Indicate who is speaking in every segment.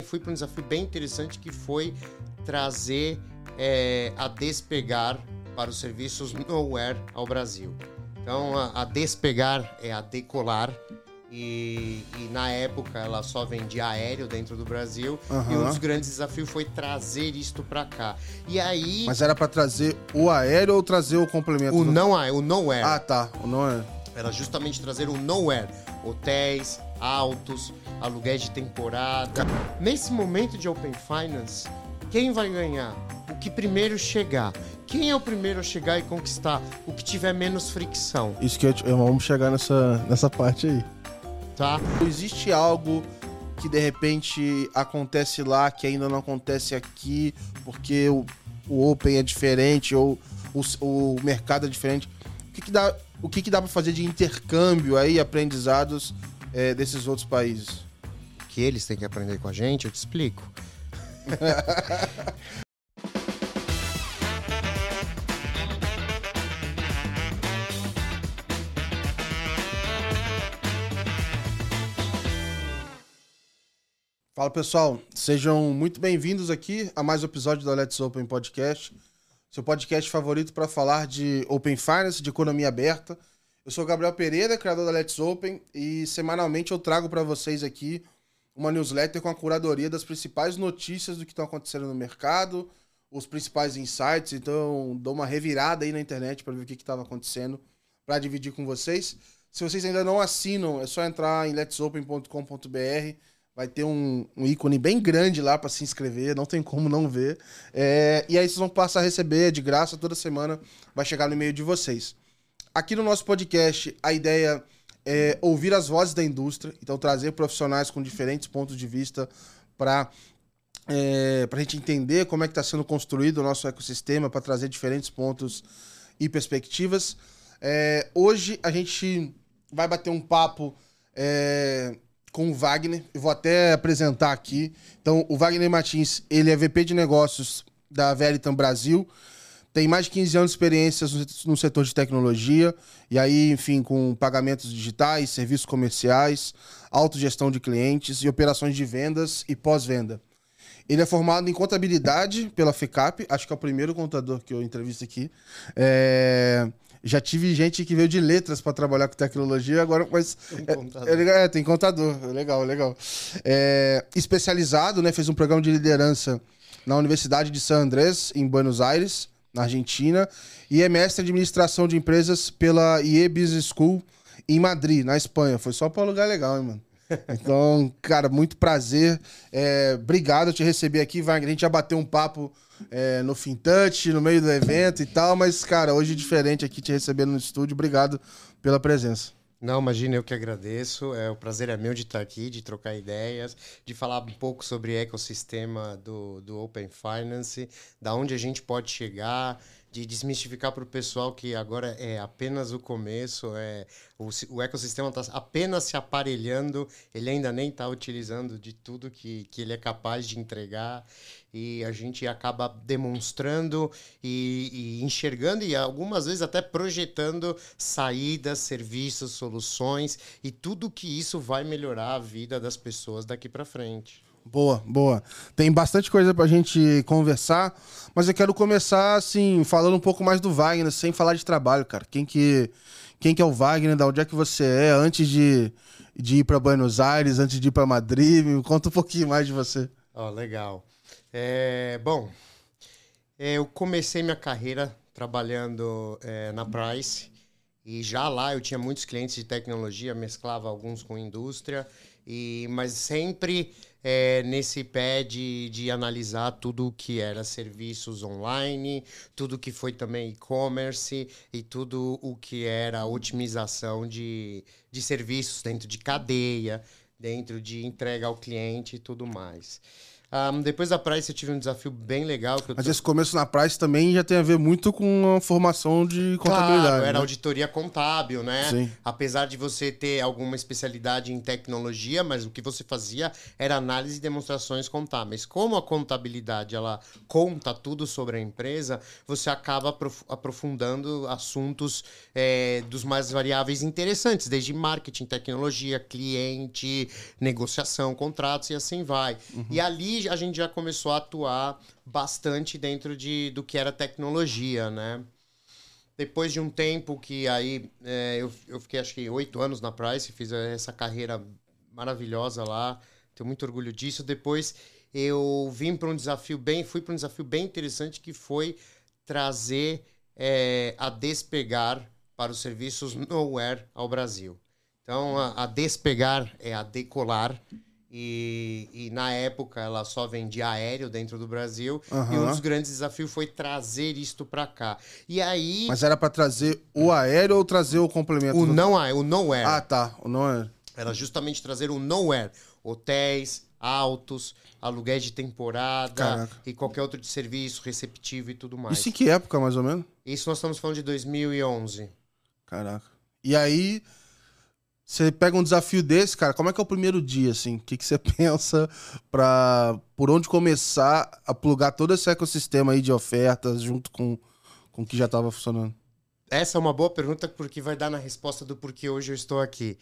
Speaker 1: Fui para um desafio bem interessante que foi trazer a Despegar para os serviços Nowhere ao Brasil. Então, a Despegar é a Decolar. E na época ela só vendia aéreo dentro do Brasil. E um dos grandes desafios foi trazer isto para cá. E aí...
Speaker 2: Mas era para trazer o aéreo ou trazer o complemento?
Speaker 1: O Nowhere.
Speaker 2: Ah, tá. O Nowhere.
Speaker 1: Era justamente trazer o Nowhere. Hotéis, autos, aluguéis de temporada. Nesse momento de Open Finance, quem vai ganhar? O que primeiro chegar. Quem é o primeiro a chegar e conquistar? O que tiver menos fricção.
Speaker 2: Isso que vamos chegar nessa parte aí.
Speaker 1: Tá?
Speaker 2: Existe algo que de repente acontece lá que ainda não acontece aqui porque o Open é diferente ou o mercado é diferente? O que dá para fazer de intercâmbio aí, aprendizados desses outros países?
Speaker 1: Que eles têm que aprender com a gente, eu te explico.
Speaker 2: Fala pessoal, sejam muito bem-vindos aqui a mais um episódio do Let's Open Podcast, seu podcast favorito para falar de Open Finance, de economia aberta. Eu sou o Gabriel Pereira, criador da Let's Open, e semanalmente eu trago para vocês aqui uma newsletter com a curadoria das principais notícias do que estão acontecendo no mercado, os principais insights. Então dou uma revirada aí na internet para ver o que estava acontecendo, para dividir com vocês. Se vocês ainda não assinam, é só entrar em letsopen.com.br. Vai ter um ícone bem grande lá para se inscrever, não tem como não ver. E aí vocês vão passar a receber de graça toda semana, vai chegar no e-mail de vocês. Aqui no nosso podcast, a ideia é ouvir as vozes da indústria, então trazer profissionais com diferentes pontos de vista para a gente entender como é que está sendo construído o nosso ecossistema, para trazer diferentes pontos e perspectivas. Hoje a gente vai bater um papo com o Wagner, eu vou até apresentar aqui. Então, o Wagner Martins, ele é VP de Negócios da Veritam Brasil, tem mais de 15 anos de experiência no setor de tecnologia, e aí, enfim, com pagamentos digitais, serviços comerciais, autogestão de clientes e operações de vendas e pós-venda. Ele é formado em contabilidade pela FECAP, acho que é o primeiro contador que eu entrevisto aqui. Já tive gente que veio de letras para trabalhar com tecnologia, agora mas tem contador, legal. Especializado, né, fez um programa de liderança na Universidade de San Andrés, em Buenos Aires, na Argentina, e é mestre em administração de empresas pela IE Business School em Madrid, na Espanha. Foi só para um lugar legal, hein, mano? Então, cara, muito prazer. Obrigado por te receber aqui, Wagner. A gente já bateu um papo no FinTouch, no meio do evento e tal, mas, cara, hoje é diferente aqui te recebendo no estúdio. Obrigado pela presença.
Speaker 1: Não, imagina, eu que agradeço. O prazer é meu de estar aqui, de trocar ideias, de falar um pouco sobre o ecossistema do Open Finance, da onde a gente pode chegar, de desmistificar para o pessoal que agora é apenas o começo, o ecossistema está apenas se aparelhando, ele ainda nem está utilizando de tudo que ele é capaz de entregar, e a gente acaba demonstrando e enxergando e algumas vezes até projetando saídas, serviços, soluções, e tudo que isso vai melhorar a vida das pessoas daqui para frente.
Speaker 2: Boa. Tem bastante coisa pra gente conversar, mas eu quero começar, assim, falando um pouco mais do Wagner, sem falar de trabalho, cara. Quem que é o Wagner? Da onde é que você é? Antes de ir pra Buenos Aires, antes de ir pra Madrid, me conta um pouquinho mais de você.
Speaker 1: Legal. Eu comecei minha carreira trabalhando na Price, e já lá eu tinha muitos clientes de tecnologia, mesclava alguns com indústria, mas sempre nesse pé de analisar tudo o que era serviços online, tudo que foi também e-commerce e tudo o que era otimização de serviços dentro de cadeia, dentro de entrega ao cliente e tudo mais. Depois da Price eu tive um desafio bem legal.
Speaker 2: Mas esse começo na Price também já tem a ver muito com a formação de contabilidade.
Speaker 1: Claro, era
Speaker 2: né?
Speaker 1: auditoria contábil, né?
Speaker 2: Sim.
Speaker 1: Apesar de você ter alguma especialidade em tecnologia, mas o que você fazia era análise e demonstrações contábeis. Como a contabilidade, ela conta tudo sobre a empresa, você acaba aprofundando assuntos dos mais variáveis interessantes, desde marketing, tecnologia, cliente, negociação, contratos e assim vai. E ali a gente já começou a atuar bastante dentro do que era tecnologia, né? Depois de um tempo que aí eu fiquei acho que 8 anos na Price, fiz essa carreira maravilhosa lá, tenho muito orgulho disso. Depois eu fui para um desafio bem interessante, que foi trazer a Despegar para os serviços Nowhere ao Brasil. Então a Despegar é a Decolar. E na época ela só vendia aéreo dentro do Brasil. E um dos grandes desafios foi trazer isto para cá. E aí...
Speaker 2: Mas era para trazer o aéreo ou trazer o complemento?
Speaker 1: O Nowhere.
Speaker 2: Ah, tá. O Nowhere.
Speaker 1: Era justamente trazer o Nowhere. Hotéis, autos, aluguéis de temporada.
Speaker 2: Caraca.
Speaker 1: E qualquer outro de serviço, receptivo e tudo mais.
Speaker 2: Isso em que época, mais ou menos?
Speaker 1: Isso nós estamos falando de 2011.
Speaker 2: Caraca. E aí... Você pega um desafio desse, cara, como é que é o primeiro dia, assim? O que você pensa por onde começar a plugar todo esse ecossistema aí de ofertas junto com o que já estava funcionando?
Speaker 1: Essa é uma boa pergunta, porque vai dar na resposta do porquê hoje eu estou aqui.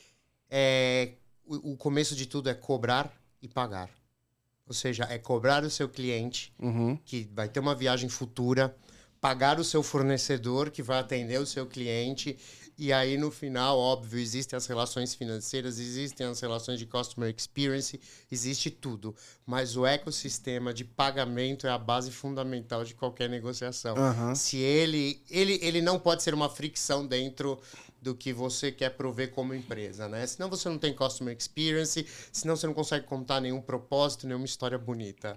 Speaker 1: O começo de tudo é cobrar e pagar. Ou seja, é cobrar o seu cliente, que vai ter uma viagem futura, pagar o seu fornecedor, que vai atender o seu cliente. E aí, no final, óbvio, existem as relações financeiras, existem as relações de customer experience, existe tudo. Mas o ecossistema de pagamento é a base fundamental de qualquer negociação. Se ele não pode ser uma fricção dentro do que você quer prover como empresa, né? Senão você não tem customer experience, senão você não consegue contar nenhum propósito, nenhuma história bonita.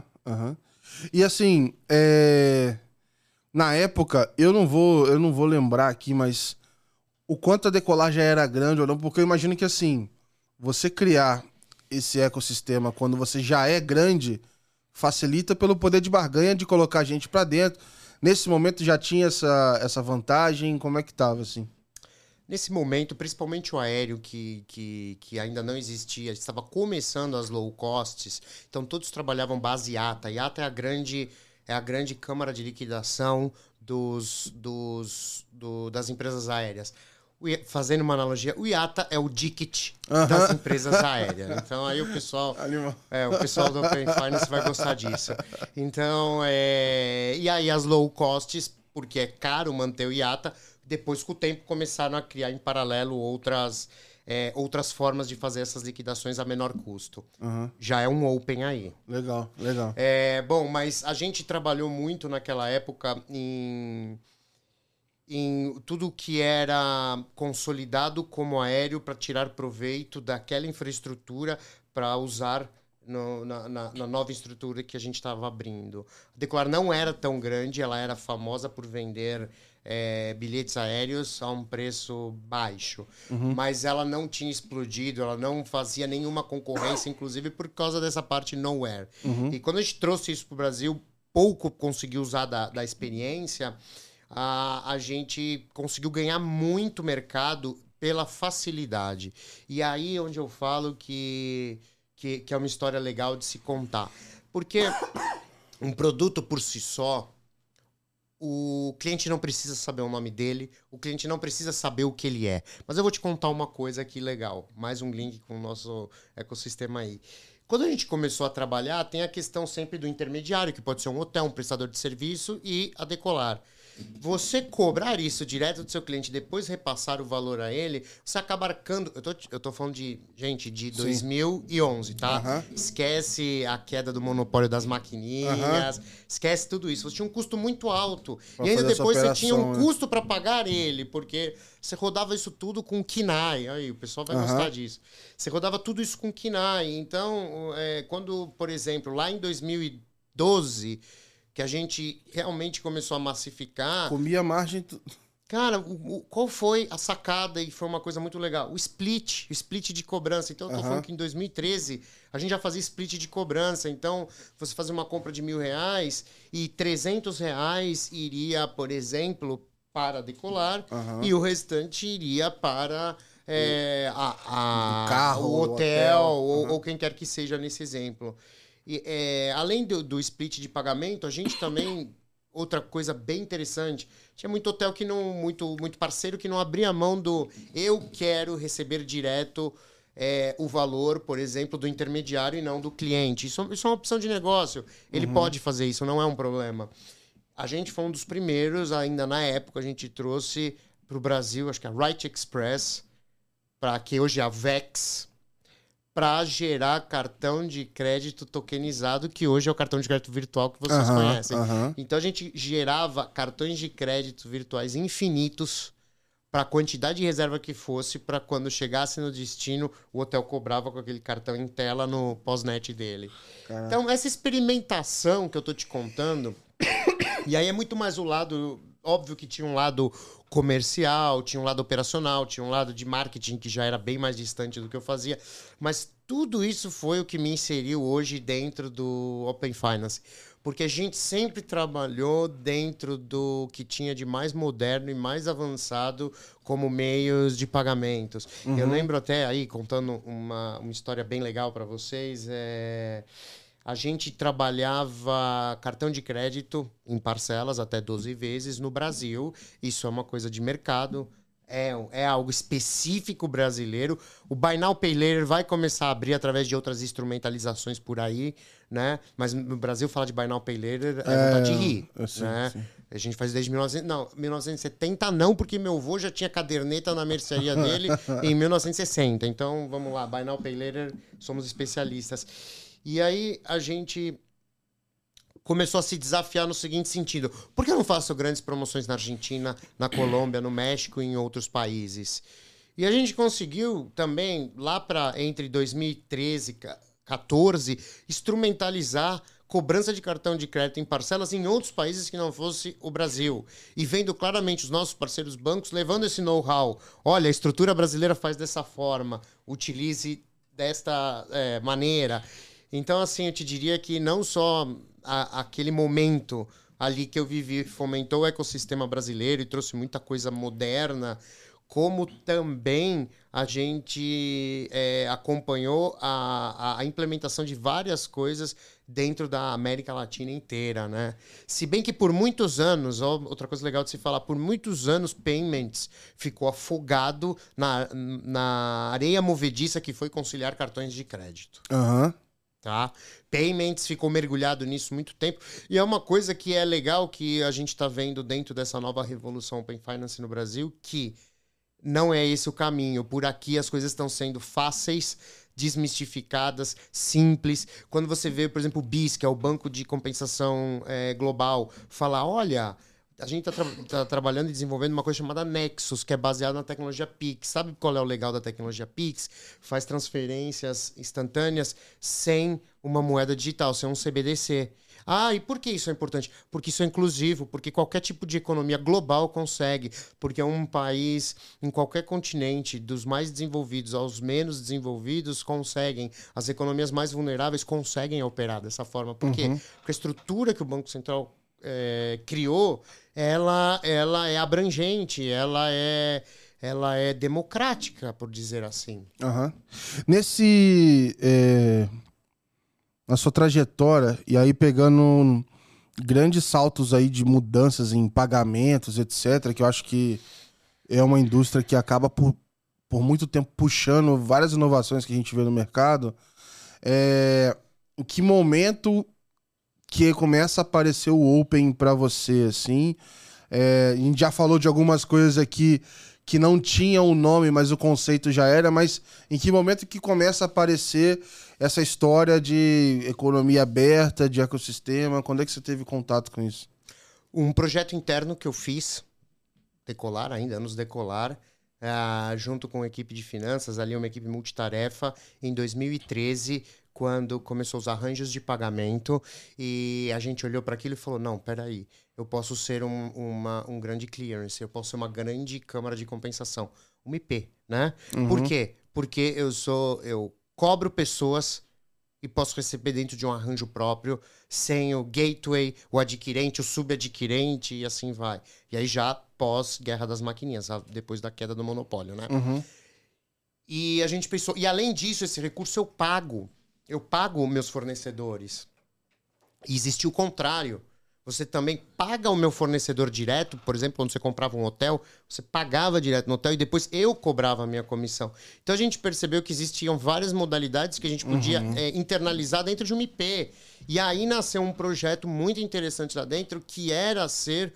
Speaker 2: E assim, na época, eu não vou lembrar aqui, mas o quanto a Decolar já era grande ou não, porque eu imagino que assim, você criar esse ecossistema quando você já é grande, facilita pelo poder de barganha de colocar gente pra dentro. Nesse momento já tinha essa vantagem? Como é que tava, assim?
Speaker 1: Nesse momento, principalmente o aéreo, que ainda não existia, estava começando as low costs, então todos trabalhavam base IATA. IATA é a grande câmara de liquidação das empresas aéreas. Fazendo uma analogia, o IATA é o Dicket das empresas aéreas. Então aí o pessoal do Open Finance vai gostar disso. Então, e aí as low costs, porque é caro manter o IATA, depois com o tempo começaram a criar em paralelo outras formas de fazer essas liquidações a menor custo. Já é um Open aí.
Speaker 2: Legal.
Speaker 1: Bom, mas a gente trabalhou muito naquela época em tudo que era consolidado como aéreo para tirar proveito daquela infraestrutura para usar na nova estrutura que a gente estava abrindo. A Decolar não era tão grande, ela era famosa por vender bilhetes aéreos a um preço baixo, mas ela não tinha explodido, ela não fazia nenhuma concorrência, inclusive por causa dessa parte Nowhere. E quando a gente trouxe isso para o Brasil, pouco conseguiu usar da experiência. A gente conseguiu ganhar muito mercado pela facilidade. E aí onde eu falo que é uma história legal de se contar. Porque um produto por si só, o cliente não precisa saber o nome dele, o cliente não precisa saber o que ele é. Mas eu vou te contar uma coisa aqui legal. Mais um link com o nosso ecossistema aí. Quando a gente começou a trabalhar, tem a questão sempre do intermediário, que pode ser um hotel, um prestador de serviço, e a Decolar. Você cobrar isso direto do seu cliente e depois repassar o valor a ele, você acaba arcando... Eu tô falando de 2011, tá? Esquece a queda do monopólio das maquininhas, esquece tudo isso. Você tinha um custo muito alto. E ainda depois você tinha um custo para pagar ele, porque você rodava isso tudo com KINAI. Aí, o pessoal vai gostar disso. Você rodava tudo isso com KINAI. Então, quando, por exemplo, lá em 2012... que a gente realmente começou a massificar...
Speaker 2: Comia margem...
Speaker 1: Cara, qual foi a sacada e foi uma coisa muito legal? O split de cobrança. Então, eu tô falando que em 2013 a gente já fazia split de cobrança. Então, você fazia uma compra de R$ 1.000 e R$ 300 iria, por exemplo, para Decolar e o restante iria para
Speaker 2: Do carro,
Speaker 1: o
Speaker 2: o
Speaker 1: hotel
Speaker 2: hotel.
Speaker 1: ou quem quer que seja nesse exemplo. E, além do split de pagamento, a gente também... Outra coisa bem interessante, tinha muito hotel que não, muito parceiro que não abria mão do eu quero receber direto o valor, por exemplo, do intermediário e não do cliente. Isso é uma opção de negócio. Ele pode fazer isso, não é um problema. A gente foi um dos primeiros, ainda na época, a gente trouxe para o Brasil, acho que a Right Express, para que hoje é a Vex, para gerar cartão de crédito tokenizado, que hoje é o cartão de crédito virtual que vocês conhecem. Então a gente gerava cartões de crédito virtuais infinitos para a quantidade de reserva que fosse, para quando chegasse no destino, o hotel cobrava com aquele cartão em tela no pós-net dele. Caraca. Então, essa experimentação que eu tô te contando, e aí é muito mais o lado... Óbvio que tinha um lado comercial, tinha um lado operacional, tinha um lado de marketing que já era bem mais distante do que eu fazia. Mas tudo isso foi o que me inseriu hoje dentro do Open Finance. Porque a gente sempre trabalhou dentro do que tinha de mais moderno e mais avançado como meios de pagamentos. Eu lembro até aí, contando uma história bem legal para vocês, a gente trabalhava cartão de crédito em parcelas até 12 vezes no Brasil. Isso é uma coisa de mercado. É algo específico brasileiro. O Buy Now Pay Later vai começar a abrir através de outras instrumentalizações por aí, né? Mas no Brasil, falar de Buy Now Pay Later é vontade de rir, né? Sim. A gente faz desde 1970 não, porque meu avô já tinha caderneta na mercearia dele em 1960. Então, vamos lá, Buy Now Pay Later, somos especialistas. E aí a gente começou a se desafiar no seguinte sentido. Por que eu não faço grandes promoções na Argentina, na Colômbia, no México e em outros países? E a gente conseguiu também, lá para entre 2013 e 2014, instrumentalizar cobrança de cartão de crédito em parcelas em outros países que não fosse o Brasil. E vendo claramente os nossos parceiros bancos levando esse know-how. Olha, a estrutura brasileira faz dessa forma, utilize desta maneira. Então, assim, eu te diria que não só aquele momento ali que eu vivi fomentou o ecossistema brasileiro e trouxe muita coisa moderna, como também a gente acompanhou a implementação de várias coisas dentro da América Latina inteira, né? Se bem que por muitos anos, outra coisa legal de se falar, por muitos anos Payments ficou afogado na areia movediça que foi conciliar cartões de crédito. Tá? Payments ficou mergulhado nisso muito tempo. E é uma coisa que é legal que a gente está vendo dentro dessa nova revolução Open Finance no Brasil, que não é esse o caminho. Por aqui as coisas estão sendo fáceis, desmistificadas, simples. Quando você vê, por exemplo, o BIS, que é o Banco de Compensação Global, falar, olha... A gente tá trabalhando e desenvolvendo uma coisa chamada Nexus, que é baseada na tecnologia Pix. Sabe qual é o legal da tecnologia Pix? Faz transferências instantâneas sem uma moeda digital, sem um CBDC. E por que isso é importante? Porque isso é inclusivo, porque qualquer tipo de economia global consegue, porque um país em qualquer continente, dos mais desenvolvidos aos menos desenvolvidos, conseguem. As economias mais vulneráveis conseguem operar dessa forma. Por quê? Porque a estrutura que o Banco Central criou, ela é abrangente, ela é democrática, por dizer assim.
Speaker 2: Na sua trajetória, e aí pegando grandes saltos aí de mudanças em pagamentos, etc., que eu acho que é uma indústria que acaba por muito tempo puxando várias inovações que a gente vê no mercado, em que momento que começa a aparecer o Open para você, assim? A gente já falou de algumas coisas aqui que não tinham o nome, mas o conceito já era, mas em que momento que começa a aparecer essa história de economia aberta, de ecossistema? Quando é que você teve contato com isso?
Speaker 1: Um projeto interno que eu fiz, Decolar ainda, anos Decolar, junto com a equipe de finanças, ali uma equipe multitarefa, em 2013, quando começou os arranjos de pagamento e a gente olhou para aquilo e falou, não, peraí, eu posso ser um grande clearance, eu posso ser uma grande câmara de compensação, uma IP, né? Por quê? Porque eu cobro pessoas e posso receber dentro de um arranjo próprio, sem o gateway, o adquirente, o subadquirente e assim vai. E aí já pós-Guerra das Maquininhas, depois da queda do monopólio, né? E a gente pensou... E além disso, esse recurso eu pago. Eu pago meus fornecedores. E existiu o contrário. Você também paga o meu fornecedor direto. Por exemplo, quando você comprava um hotel, você pagava direto no hotel e depois eu cobrava a minha comissão. Então a gente percebeu que existiam várias modalidades que a gente podia internalizar dentro de uma IP. E aí nasceu um projeto muito interessante lá dentro, que era ser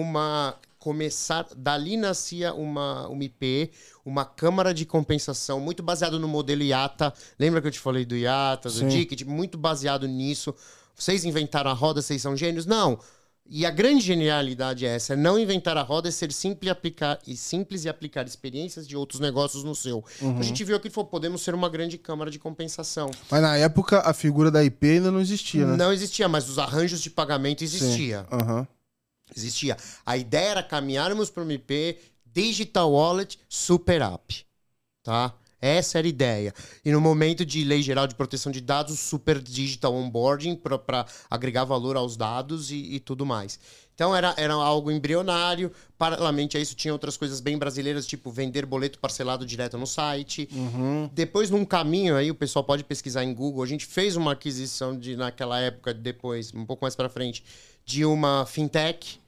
Speaker 1: dali nascia uma IP, uma câmara de compensação, muito baseado no modelo IATA. Lembra que eu te falei do IATA, do Ticket? Muito baseado nisso. Vocês inventaram a roda, vocês são gênios? Não. E a grande genialidade é essa, é não inventar a roda, é ser simples e aplicar experiências de outros negócios no seu. A gente viu aqui e falou, podemos ser uma grande câmara de compensação.
Speaker 2: Mas na época a figura da IP ainda não existia, né?
Speaker 1: Não existia, mas os arranjos de pagamento existia. Existia. A ideia era caminharmos para uma IP, Digital Wallet, Super App. Tá? Essa era a ideia. E no momento de Lei Geral de Proteção de Dados, Super Digital Onboarding para agregar valor aos dados e tudo mais. Então era algo embrionário. Paralelamente a isso tinha outras coisas bem brasileiras, tipo vender boleto parcelado direto no site. Depois, num caminho aí, o pessoal pode pesquisar em Google, a gente fez uma aquisição naquela época, depois, um pouco mais para frente, de uma fintech.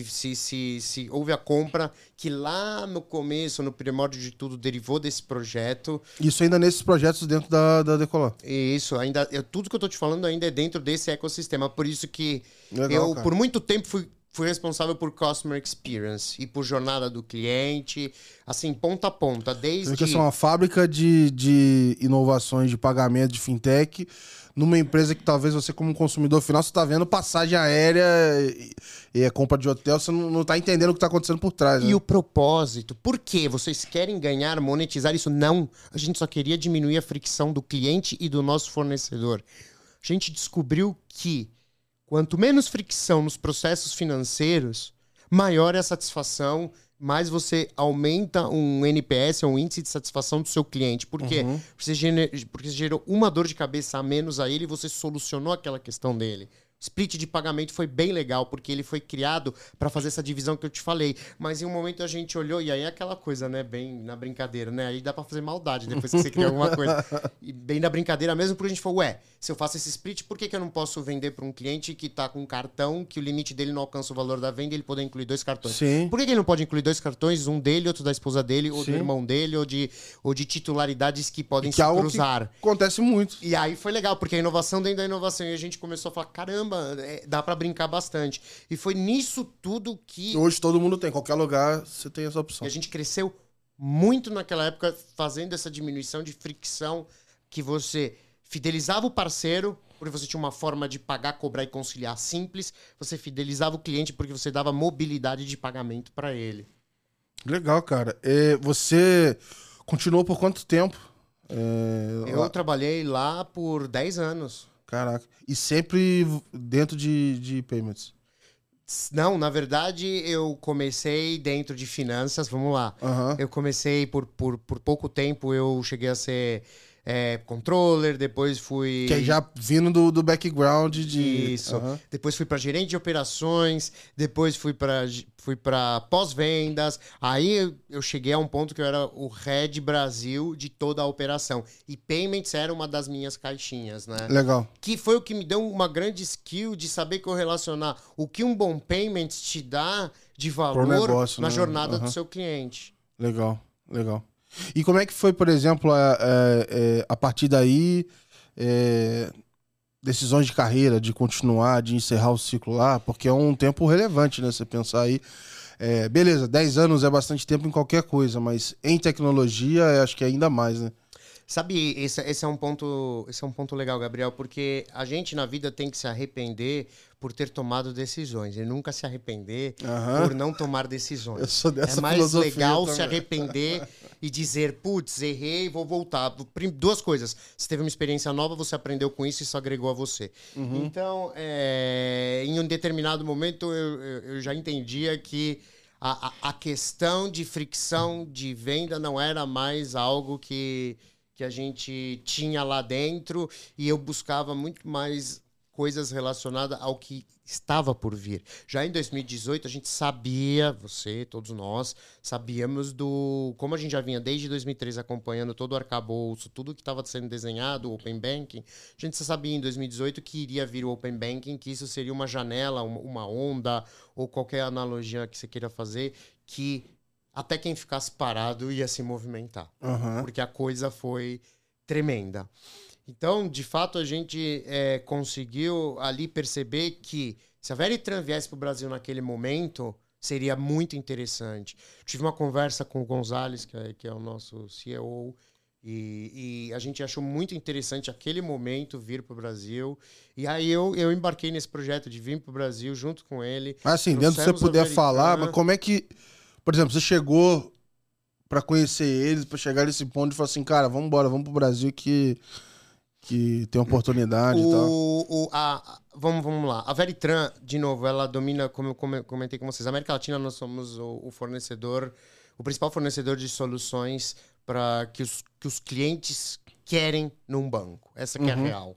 Speaker 1: Se houve a compra, que lá no começo, no primórdio de tudo, derivou desse projeto.
Speaker 2: Isso ainda nesses projetos dentro da Decolar.
Speaker 1: Isso, tudo que eu tô te falando ainda é dentro desse ecossistema. Por isso que
Speaker 2: Legal,
Speaker 1: por muito tempo, fui responsável por Customer Experience e por jornada do cliente, assim, ponta a ponta. Desde
Speaker 2: que é uma fábrica de inovações de pagamento de fintech numa empresa que talvez você, como consumidor final, você está vendo passagem aérea e a compra de hotel, você não está entendendo o que está acontecendo por trás.
Speaker 1: E o propósito? Por quê? Vocês querem ganhar, monetizar isso? Não. A gente só queria diminuir a fricção do cliente e do nosso fornecedor. A gente descobriu que quanto menos fricção nos processos financeiros, maior é a satisfação, mais você aumenta um NPS, um índice de satisfação do seu cliente. Por quê? Porque você gerou uma dor de cabeça a menos a ele e você solucionou aquela questão dele. O split de pagamento foi bem legal, porque ele foi criado para fazer essa divisão que eu te falei. Mas em um momento a gente olhou, e aí é aquela coisa, né? Bem na brincadeira, né? Aí dá para fazer maldade depois que você cria alguma coisa. E bem na brincadeira mesmo, porque a gente falou, se eu faço esse split, por que eu não posso vender para um cliente que tá com um cartão, que o limite dele não alcança o valor da venda e ele poder incluir 2 cartões?
Speaker 2: Sim.
Speaker 1: Por que ele não pode incluir 2 cartões, um dele, outro da esposa dele, ou do irmão dele, ou de titularidades que podem se cruzar?
Speaker 2: Que acontece muito.
Speaker 1: E aí foi legal, porque a inovação dentro da inovação. E a gente começou a falar, caramba, dá pra brincar bastante. E foi nisso tudo que...
Speaker 2: Hoje todo mundo tem, qualquer lugar você tem essa opção.
Speaker 1: E a gente cresceu muito naquela época fazendo essa diminuição de fricção, que você fidelizava o parceiro, porque você tinha uma forma de pagar, cobrar e conciliar simples. Você fidelizava o cliente porque você dava mobilidade de pagamento para ele.
Speaker 2: Legal, cara. Você continuou por quanto tempo?
Speaker 1: Eu trabalhei lá por 10 anos.
Speaker 2: Caraca. E sempre dentro de payments?
Speaker 1: Não, na verdade, eu comecei dentro de finanças, vamos lá. Eu comecei por pouco tempo, eu cheguei a ser controller, depois fui...
Speaker 2: Que é já vindo do background de...
Speaker 1: Isso. Depois fui para gerente de operações, depois fui para pós-vendas. Aí eu cheguei a um ponto que eu era o head Brasil de toda a operação. E payments era uma das minhas caixinhas, né?
Speaker 2: Legal.
Speaker 1: Que foi o que me deu uma grande skill de saber correlacionar o que um bom payments te dá de valor
Speaker 2: negócio,
Speaker 1: na
Speaker 2: né?
Speaker 1: jornada do seu cliente.
Speaker 2: Legal, legal. E como é que foi, por exemplo, a partir daí, decisões de carreira, de continuar, de encerrar o ciclo lá? Porque é um tempo relevante, né? Você pensar aí, beleza, 10 anos é bastante tempo em qualquer coisa, mas em tecnologia, acho que é ainda mais, né?
Speaker 1: Sabe, esse é um ponto legal, Gabriel, porque a gente na vida tem que se arrepender por ter tomado decisões e nunca se arrepender por não tomar decisões.
Speaker 2: Eu sou dessa
Speaker 1: É mais
Speaker 2: filosofia
Speaker 1: legal
Speaker 2: também.
Speaker 1: se arrepender e dizer, putz, errei, vou voltar. Duas coisas. Você teve uma experiência nova, você aprendeu com isso e isso agregou a você. Então, em um determinado momento, eu já entendia que a questão de fricção de venda não era mais algo que a gente tinha lá dentro e eu buscava muito mais coisas relacionadas ao que estava por vir. Já em 2018, a gente sabia, você, todos nós, sabíamos como a gente já vinha desde 2013 acompanhando todo o arcabouço, tudo que estava sendo desenhado, o Open Banking, a gente sabia em 2018 que iria vir o Open Banking, que isso seria uma janela, uma onda, ou qualquer analogia que você queira fazer, que até quem ficasse parado ia se movimentar. Porque a coisa foi tremenda. Então, de fato, a gente conseguiu ali perceber que se a Veritran viesse para o Brasil naquele momento, seria muito interessante. Tive uma conversa com o Gonzalez, que é o nosso CEO, e a gente achou muito interessante aquele momento vir para o Brasil. E aí eu embarquei nesse projeto de vir para o Brasil junto com ele.
Speaker 2: Mas assim, dentro se você puder falar, mas como é que... Por exemplo, você chegou para conhecer eles, para chegar nesse ponto e falar assim, cara, vamos embora, vamos pro Brasil que tem oportunidade e tal.
Speaker 1: Vamos lá. A Veritran, de novo, ela domina, como eu comentei com vocês, a América Latina, nós somos o fornecedor, o principal fornecedor de soluções para que os clientes querem num banco. Essa que é a real.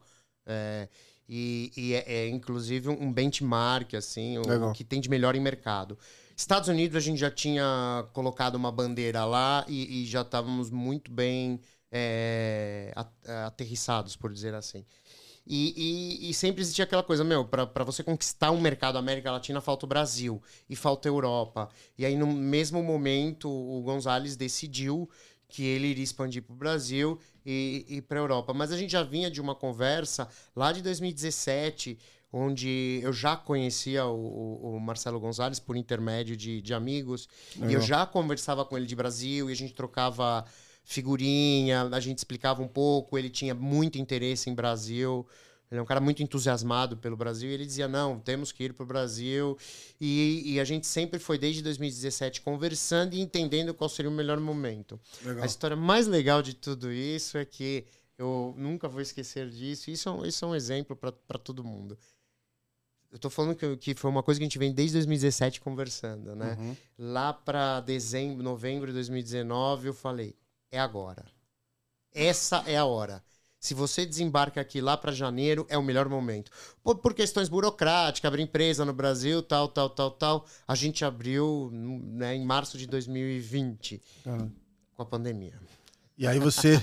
Speaker 1: E é inclusive um benchmark, assim, o que tem de melhor em mercado. Estados Unidos, a gente já tinha colocado uma bandeira lá e já estávamos muito bem aterrissados, por dizer assim. E sempre existia aquela coisa, para você conquistar um mercado América Latina, falta o Brasil e falta a Europa. E aí, no mesmo momento, o Gonzalez decidiu que ele iria expandir para o Brasil e para a Europa. Mas a gente já vinha de uma conversa lá de 2017, onde eu já conhecia o Marcelo Gonzalez por intermédio de amigos. Legal. E eu já conversava com ele de Brasil e a gente trocava figurinha, a gente explicava um pouco, ele tinha muito interesse em Brasil, ele é um cara muito entusiasmado pelo Brasil, e ele dizia, não, temos que ir para o Brasil, e a gente sempre foi, desde 2017, conversando e entendendo qual seria o melhor momento. Legal. A história mais legal de tudo isso é que eu nunca vou esquecer disso, isso é um exemplo para todo mundo. Eu tô falando que foi uma coisa que a gente vem desde 2017 conversando, né? Lá para novembro de 2019, eu falei, é agora. Essa é a hora. Se você desembarca aqui lá para janeiro, é o melhor momento. Por questões burocráticas, abrir empresa no Brasil, tal. A gente abriu, né, em março de 2020, com a pandemia.
Speaker 2: E aí você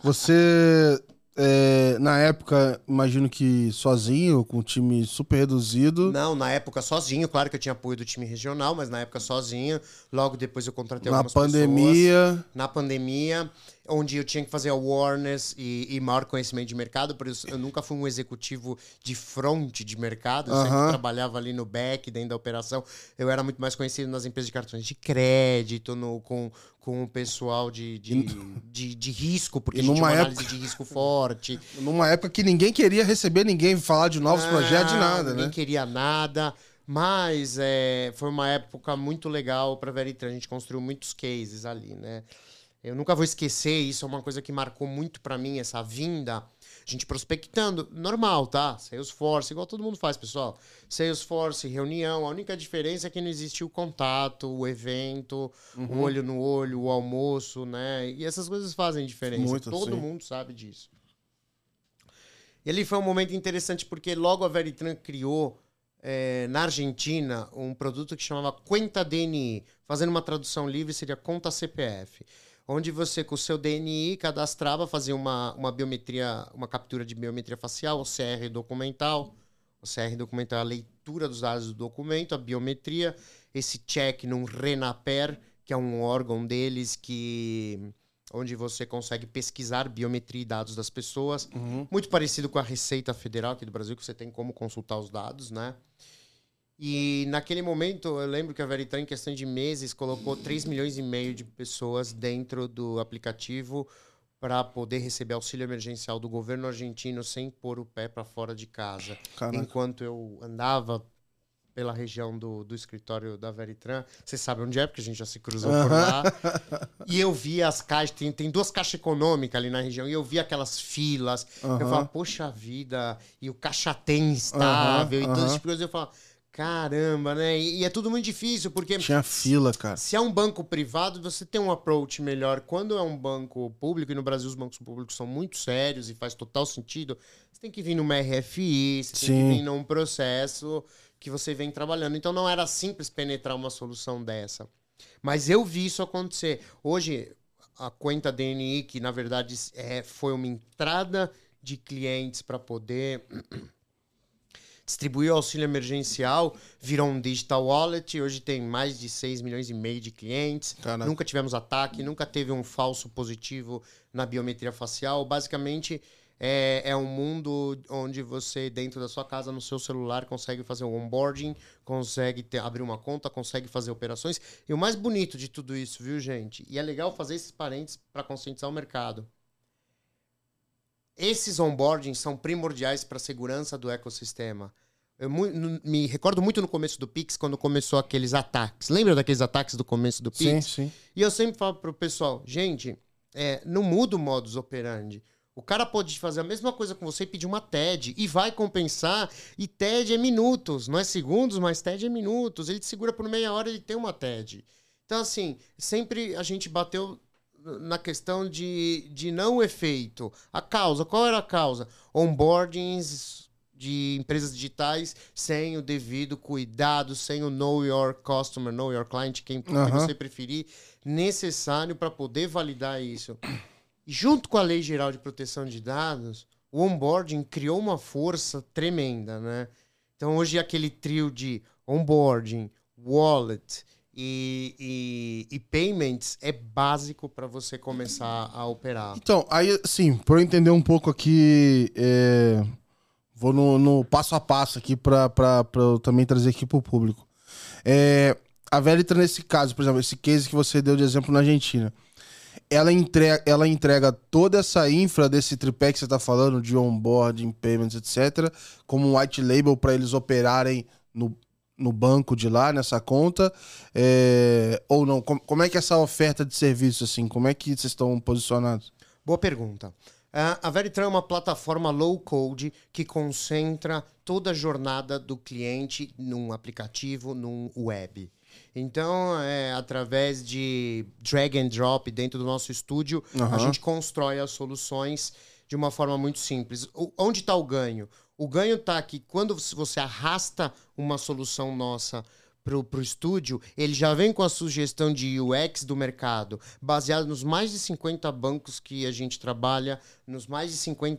Speaker 2: na época, imagino que sozinho, com um time super reduzido.
Speaker 1: Não, na época sozinho. Claro que eu tinha apoio do time regional, mas na época sozinho. Logo depois eu contratei algumas pessoas. Na pandemia, onde eu tinha que fazer awareness e maior conhecimento de mercado. Por isso, eu nunca fui um executivo de front de mercado. Eu sempre trabalhava ali no back, dentro da operação. Eu era muito mais conhecido nas empresas de cartões de crédito, com o pessoal de risco, porque a gente tinha uma análise de risco forte.
Speaker 2: Numa época que ninguém queria receber ninguém falar de novos projetos, de nada,
Speaker 1: ninguém queria nada. Mas foi uma época muito legal para a Veritran. A gente construiu muitos cases ali, né? Eu nunca vou esquecer, isso é uma coisa que marcou muito para mim, essa vinda. A gente prospectando, normal, tá? Salesforce, igual todo mundo faz, pessoal. Salesforce, reunião, a única diferença é que não existiu o contato, o evento, o olho no olho, o almoço, né? E essas coisas fazem diferença.
Speaker 2: Muito,
Speaker 1: todo mundo sabe disso. E ali foi um momento interessante, porque logo a Veritran criou, na Argentina, um produto que chamava Cuenta DNI. Fazendo uma tradução livre, seria Conta CPF. Onde você, com o seu DNI, cadastrava, fazia uma biometria, uma captura de biometria facial, o CR documental. O CR documental é a leitura dos dados do documento, a biometria, esse check num RENAPER, que é um órgão deles onde você consegue pesquisar biometria e dados das pessoas. Muito parecido com a Receita Federal aqui do Brasil, que você tem como consultar os dados, né? E naquele momento, eu lembro que a Veritran, em questão de meses, colocou 3,5 milhões de pessoas dentro do aplicativo para poder receber auxílio emergencial do governo argentino sem pôr o pé para fora de casa.
Speaker 2: Caraca.
Speaker 1: Enquanto eu andava pela região do escritório da Veritran, você sabe onde é, porque a gente já se cruzou por lá, e eu vi as caixas, tem 2 caixas econômicas ali na região, e eu vi aquelas filas, eu falava, poxa vida, e o caixa tem estável, e todas as coisas, eu falava, caramba, né? E é tudo muito difícil, porque...
Speaker 2: Tinha fila, cara.
Speaker 1: Se é um banco privado, você tem um approach melhor. Quando é um banco público, e no Brasil os bancos públicos são muito sérios e faz total sentido, você tem que vir numa RFI, você tem que vir num processo que você vem trabalhando. Então não era simples penetrar uma solução dessa. Mas eu vi isso acontecer. Hoje, a conta DNI, que na verdade foi uma entrada de clientes para poder... distribuiu o auxílio emergencial, virou um digital wallet, hoje tem mais de 6,5 milhões de clientes. Caraca. Nunca tivemos ataque, nunca teve um falso positivo na biometria facial. Basicamente, é um mundo onde você, dentro da sua casa, no seu celular, consegue fazer um onboarding, consegue abrir uma conta, consegue fazer operações. E o mais bonito de tudo isso, viu, gente? E é legal fazer esses parênteses para conscientizar o mercado. Esses onboardings são primordiais para a segurança do ecossistema. Eu me recordo muito no começo do Pix, quando começou aqueles ataques. Lembra daqueles ataques do começo do Pix?
Speaker 2: Sim.
Speaker 1: E eu sempre falo pro pessoal, gente, não muda o modus operandi. O cara pode fazer a mesma coisa com você e pedir uma TED. E vai compensar. E TED é minutos. Não é segundos, mas TED é minutos. Ele te segura por meia hora e ele tem uma TED. Então, assim, sempre a gente bateu na questão de não efeito. A causa, qual era a causa? Onboardings de empresas digitais sem o devido cuidado, sem o Know Your Customer, Know Your Client, quem você preferir, necessário para poder validar isso. E junto com a Lei Geral de Proteção de Dados, o onboarding criou uma força tremenda, né? Então hoje aquele trio de onboarding, wallet e payments é básico para você começar a operar.
Speaker 2: Então, aí, assim, para eu entender um pouco aqui, vou no passo a passo aqui para eu também trazer aqui para o público. A Veritran, nesse caso, por exemplo, esse case que você deu de exemplo na Argentina, ela entrega toda essa infra desse tripé que você está falando, de onboarding, payments, etc., como um white label para eles operarem no banco de lá, nessa conta, ou não? Como é que é essa oferta de serviço, assim? Como é que vocês estão posicionados?
Speaker 1: Boa pergunta. A Veritran é uma plataforma low-code que concentra toda a jornada do cliente num aplicativo, num web. Então, através de drag and drop dentro do nosso estúdio, a gente constrói as soluções de uma forma muito simples. Onde está o ganho? O ganho está que quando você arrasta uma solução nossa para o estúdio, ele já vem com a sugestão de UX do mercado, baseado nos mais de 50 bancos que a gente trabalha, nos mais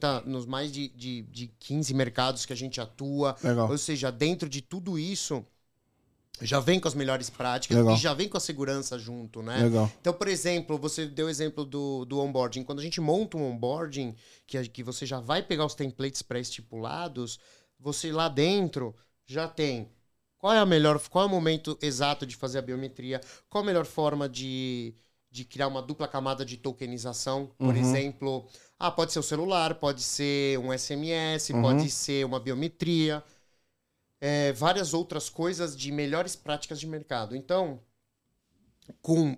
Speaker 1: de 15 mercados que a gente atua.
Speaker 2: Legal.
Speaker 1: Ou seja, dentro de tudo isso, já vem com as melhores práticas. Legal. E já vem com a segurança junto, né?
Speaker 2: Legal.
Speaker 1: Então, por exemplo, você deu o exemplo do onboarding. Quando a gente monta um onboarding, que você já vai pegar os templates pré-estipulados, você lá dentro já tem qual é o momento exato de fazer a biometria, qual a melhor forma de criar uma dupla camada de tokenização, por exemplo. Pode ser o celular, pode ser um SMS, pode ser uma biometria. Várias outras coisas de melhores práticas de mercado. Então, com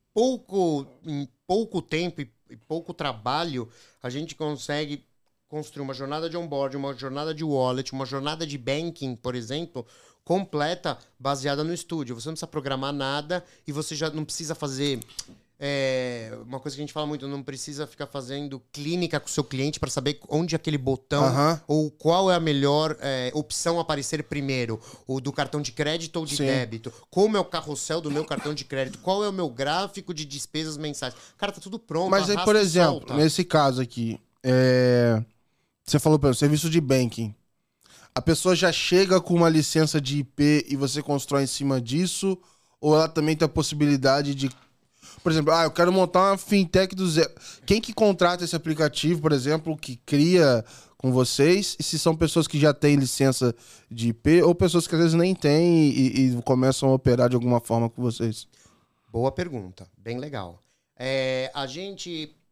Speaker 1: pouco tempo e pouco trabalho, a gente consegue construir uma jornada de onboarding, uma jornada de wallet, uma jornada de banking, por exemplo, completa, baseada no estúdio. Você não precisa programar nada e você já não precisa fazer... uma coisa que a gente fala muito, não precisa ficar fazendo clínica com o seu cliente para saber onde aquele botão ou qual é a melhor opção a aparecer primeiro, o do cartão de crédito ou de débito, como é o carrossel do meu cartão de crédito, qual é o meu gráfico de despesas mensais. Cara, tá tudo pronto.
Speaker 2: Mas aí, por exemplo, nesse caso aqui, você falou para o serviço de banking, a pessoa já chega com uma licença de IP e você constrói em cima disso, ou ela também tem a possibilidade de... Por exemplo, eu quero montar uma fintech do zero. Quem que contrata esse aplicativo, por exemplo, que cria com vocês? E se são pessoas que já têm licença de IP ou pessoas que às vezes nem têm e começam a operar de alguma forma com vocês?
Speaker 1: Boa pergunta. Bem legal. A gente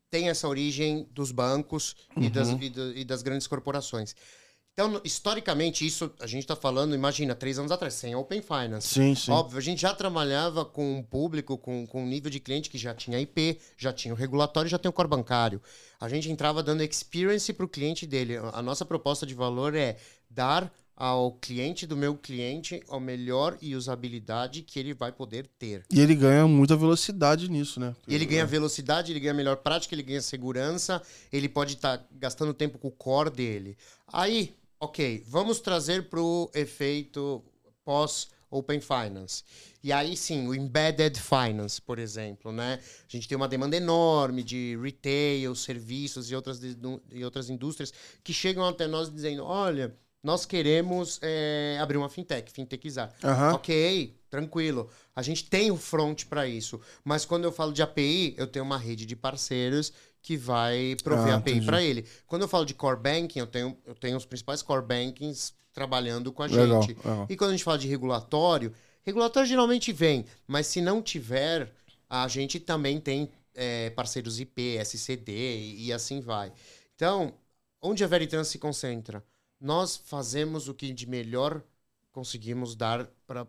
Speaker 1: tem essa origem dos bancos e das grandes corporações. Então, historicamente, isso a gente está falando, imagina, 3 anos atrás, sem Open Finance.
Speaker 2: Sim, sim.
Speaker 1: Óbvio, a gente já trabalhava com um público, com um nível de cliente que já tinha IP, já tinha o regulatório, já tem o core bancário. A gente entrava dando experience para o cliente dele. A nossa proposta de valor é dar ao cliente do meu cliente a melhor usabilidade que ele vai poder ter.
Speaker 2: E ele ganha muita velocidade nisso, né?
Speaker 1: Ele ganha velocidade, ele ganha melhor prática, ele ganha segurança, ele pode estar gastando tempo com o core dele. Aí, ok, vamos trazer para o efeito pós-Open Finance. E aí sim, o Embedded Finance, por exemplo, né? A gente tem uma demanda enorme de retail, serviços e outras indústrias que chegam até nós dizendo, olha, nós queremos abrir uma fintechizar. Ok, tranquilo. A gente tem o front para isso. Mas quando eu falo de API, eu tenho uma rede de parceiros que vai prover API para ele. Quando eu falo de core banking, eu tenho os principais core bankings trabalhando com a gente. Legal. E quando a gente fala de regulatório geralmente vem, mas se não tiver, a gente também tem parceiros IP, SCD e assim vai. Então, onde a Veritrans se concentra? Nós fazemos o que de melhor conseguimos dar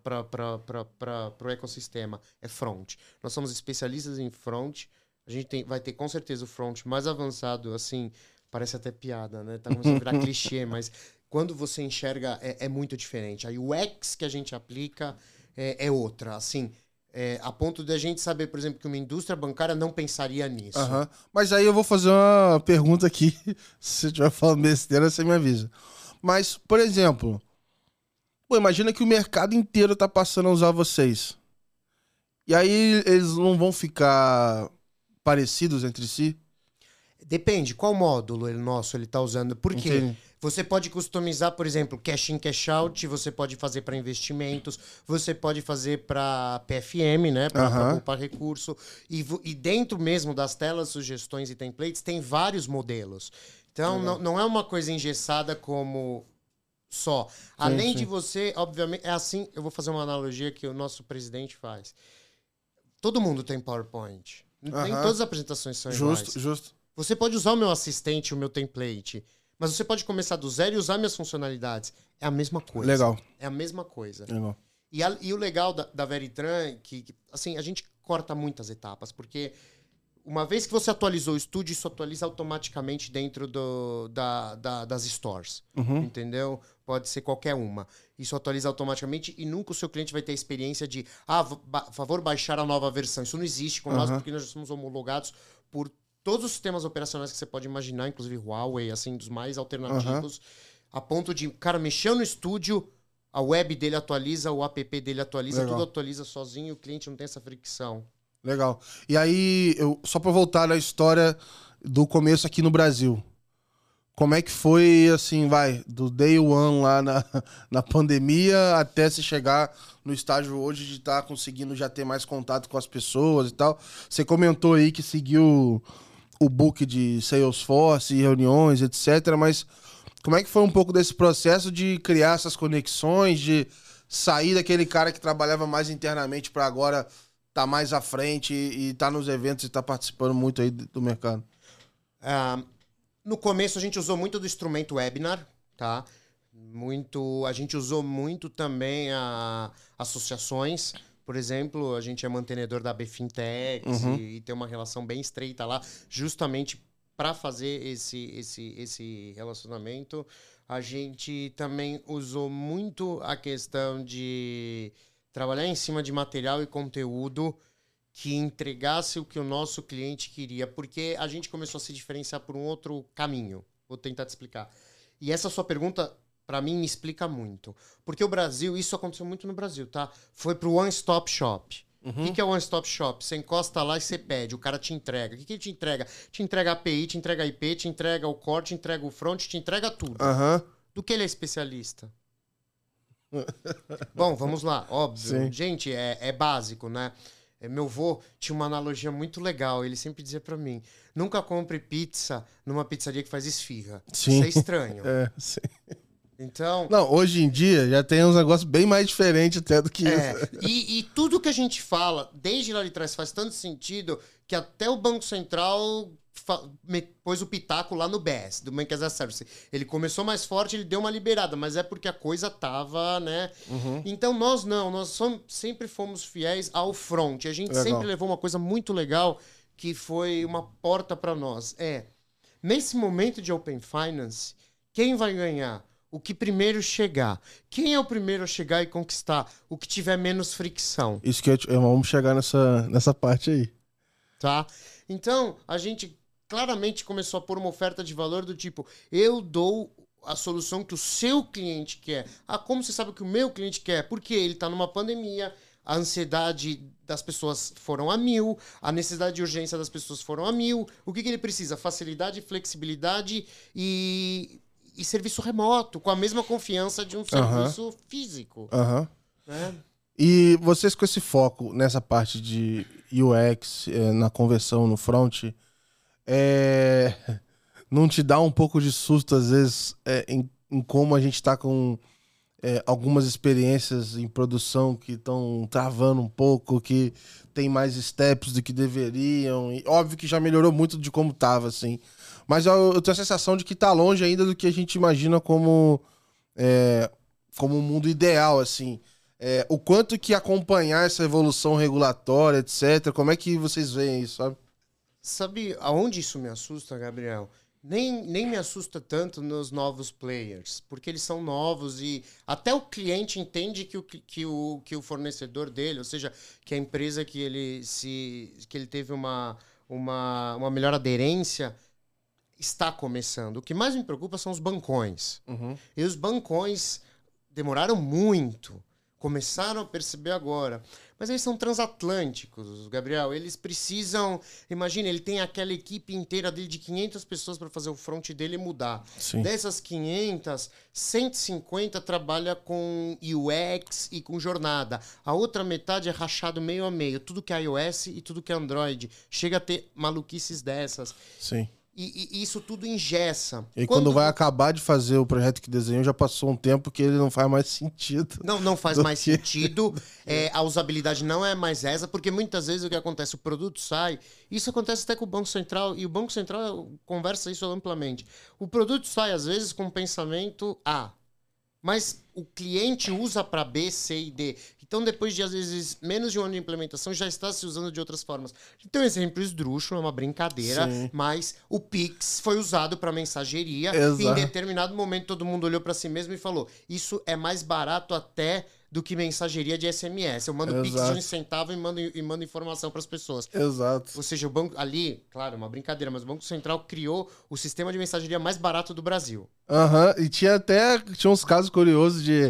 Speaker 1: para o ecossistema. É front. Nós somos especialistas em front. A gente vai ter com certeza o front mais avançado, assim, parece até piada, né? Tá começando a virar clichê, mas quando você enxerga é muito diferente. A UX que a gente aplica é outra, assim, a ponto de a gente saber, por exemplo, que uma indústria bancária não pensaria nisso.
Speaker 2: Mas aí eu vou fazer uma pergunta aqui, se você estiver falando besteira, você me avisa. Mas, por exemplo, imagina que o mercado inteiro tá passando a usar vocês. E aí eles não vão ficar parecidos entre si?
Speaker 1: Depende, qual módulo nosso ele está usando. Por quê? Entendi. Você pode customizar, por exemplo, cash in, cash out, você pode fazer para investimentos, você pode fazer para PFM, né? Para poupar recurso. E dentro mesmo das telas, sugestões e templates, tem vários modelos. Então, não é uma coisa engessada como só. Além de você, obviamente, é assim, eu vou fazer uma analogia que o nosso presidente faz. Todo mundo tem PowerPoint. Nem todas as apresentações são iguais.
Speaker 2: Justo.
Speaker 1: Você pode usar o meu assistente, o meu template, mas você pode começar do zero e usar minhas funcionalidades. É a mesma coisa.
Speaker 2: Legal.
Speaker 1: É a mesma coisa.
Speaker 2: Legal.
Speaker 1: E o legal da Veritran, que assim, a gente corta muitas etapas, porque uma vez que você atualizou o estúdio, isso atualiza automaticamente dentro das stores. Entendeu? Pode ser qualquer uma. Isso atualiza automaticamente e nunca o seu cliente vai ter a experiência de favor baixar a nova versão. Isso não existe com nós, porque nós somos homologados por todos os sistemas operacionais que você pode imaginar, inclusive Huawei, assim, dos mais alternativos, a ponto de, cara, mexeu no estúdio, a web dele atualiza, o app dele atualiza, tudo atualiza sozinho, o cliente não tem essa fricção.
Speaker 2: Legal. E aí, só para voltar na história do começo aqui no Brasil, como é que foi, assim, do day one lá na pandemia até se chegar no estágio hoje de estar conseguindo já ter mais contato com as pessoas e tal? Você comentou aí que seguiu o book de Salesforce, reuniões, etc. Mas como é que foi um pouco desse processo de criar essas conexões, de sair daquele cara que trabalhava mais internamente para agora estar mais à frente e estar nos eventos e estar participando muito aí do mercado?
Speaker 1: No começo a gente usou muito do instrumento webinar, tá? A gente usou muito também associações. Por exemplo, a gente é mantenedor da AB Fintechs e tem uma relação bem estreita lá, justamente para fazer esse relacionamento. A gente também usou muito a questão de trabalhar em cima de material e conteúdo que entregasse o que o nosso cliente queria, porque a gente começou a se diferenciar por um outro caminho. Vou tentar te explicar. E essa sua pergunta, para mim, me explica muito. Porque o Brasil, isso aconteceu muito no Brasil, tá? Foi pro One Stop Shop. O que é o One Stop Shop? Você encosta lá e você pede, o cara te entrega. O que ele te entrega? Te entrega a API, te entrega a IP, te entrega o core, te entrega o front, te entrega tudo. Do que ele é especialista? Bom, vamos lá. Óbvio. Sim. Gente, é básico, né? Meu avô tinha uma analogia muito legal. Ele sempre dizia pra mim, nunca compre pizza numa pizzaria que faz esfirra.
Speaker 2: Sim.
Speaker 1: Isso é estranho.
Speaker 2: Sim.
Speaker 1: Então...
Speaker 2: Não, hoje em dia já tem uns negócios bem mais diferentes até do que isso.
Speaker 1: E tudo que a gente fala, desde lá de trás, faz tanto sentido que até o Banco Central pôs o pitaco lá no BES, do Bank as a Service. Ele começou mais forte, ele deu uma liberada, mas é porque a coisa tava, né? Então nós sempre fomos fiéis ao front. A gente sempre levou uma coisa muito legal, que foi uma porta para nós. Nesse momento de Open Finance, quem vai ganhar? O que primeiro chegar. Quem é o primeiro a chegar e conquistar? O que tiver menos fricção.
Speaker 2: Isso que vamos chegar nessa parte aí.
Speaker 1: Tá? Então, a gente claramente começou a pôr uma oferta de valor do tipo, eu dou a solução que o seu cliente quer. Como você sabe o que o meu cliente quer? Porque ele está numa pandemia, a ansiedade das pessoas foram a 1000, a necessidade de urgência das pessoas foram a 1000. O que ele precisa? Facilidade, flexibilidade e serviço remoto, com a mesma confiança de um serviço físico. Né?
Speaker 2: E vocês com esse foco nessa parte de UX, na conversão no front, não te dá um pouco de susto, às vezes, em como a gente está com algumas experiências em produção que estão travando um pouco, que tem mais steps do que deveriam. E óbvio que já melhorou muito de como estava, assim. Mas eu tenho a sensação de que está longe ainda do que a gente imagina como um mundo ideal, assim. O quanto que acompanhar essa evolução regulatória, etc., como é que vocês veem isso, sabe?
Speaker 1: Sabe aonde isso me assusta, Gabriel? Nem me assusta tanto nos novos players, porque eles são novos e até o cliente entende que o fornecedor dele, ou seja, que a empresa que ele teve uma melhor aderência, está começando. O que mais me preocupa são os bancões. E os bancões demoraram muito, começaram a perceber agora. Mas eles são transatlânticos, Gabriel. Eles precisam... Imagina, ele tem aquela equipe inteira dele de 500 pessoas para fazer o front dele mudar.
Speaker 2: Sim.
Speaker 1: Dessas 500, 150 trabalha com UX e com jornada. A outra metade é rachado meio a meio. Tudo que é iOS e tudo que é Android. Chega a ter maluquices dessas.
Speaker 2: Sim.
Speaker 1: E isso tudo engessa.
Speaker 2: E quando vai acabar de fazer o projeto que desenhou, já passou um tempo que ele não faz mais sentido.
Speaker 1: Não faz mais sentido. A usabilidade não é mais essa, porque muitas vezes o que acontece, o produto sai. Isso acontece até com o Banco Central, e o Banco Central conversa isso amplamente. O produto sai, às vezes, com um pensamento A, mas o cliente usa para B, C e D. Então, depois de, às vezes, menos de um ano de implementação, já está se usando de outras formas. Então, exemplo esdrúxulo, é uma brincadeira,
Speaker 2: Sim.
Speaker 1: mas o Pix foi usado para mensageria.
Speaker 2: Exato.
Speaker 1: E em determinado momento, todo mundo olhou para si mesmo e falou, isso é mais barato até do que mensageria de SMS. Eu mando Pix de um centavo e mando informação para as pessoas.
Speaker 2: Exato.
Speaker 1: Ou seja, o banco ali, claro, uma brincadeira, mas o Banco Central criou o sistema de mensageria mais barato do Brasil.
Speaker 2: E tinha uns casos curiosos de...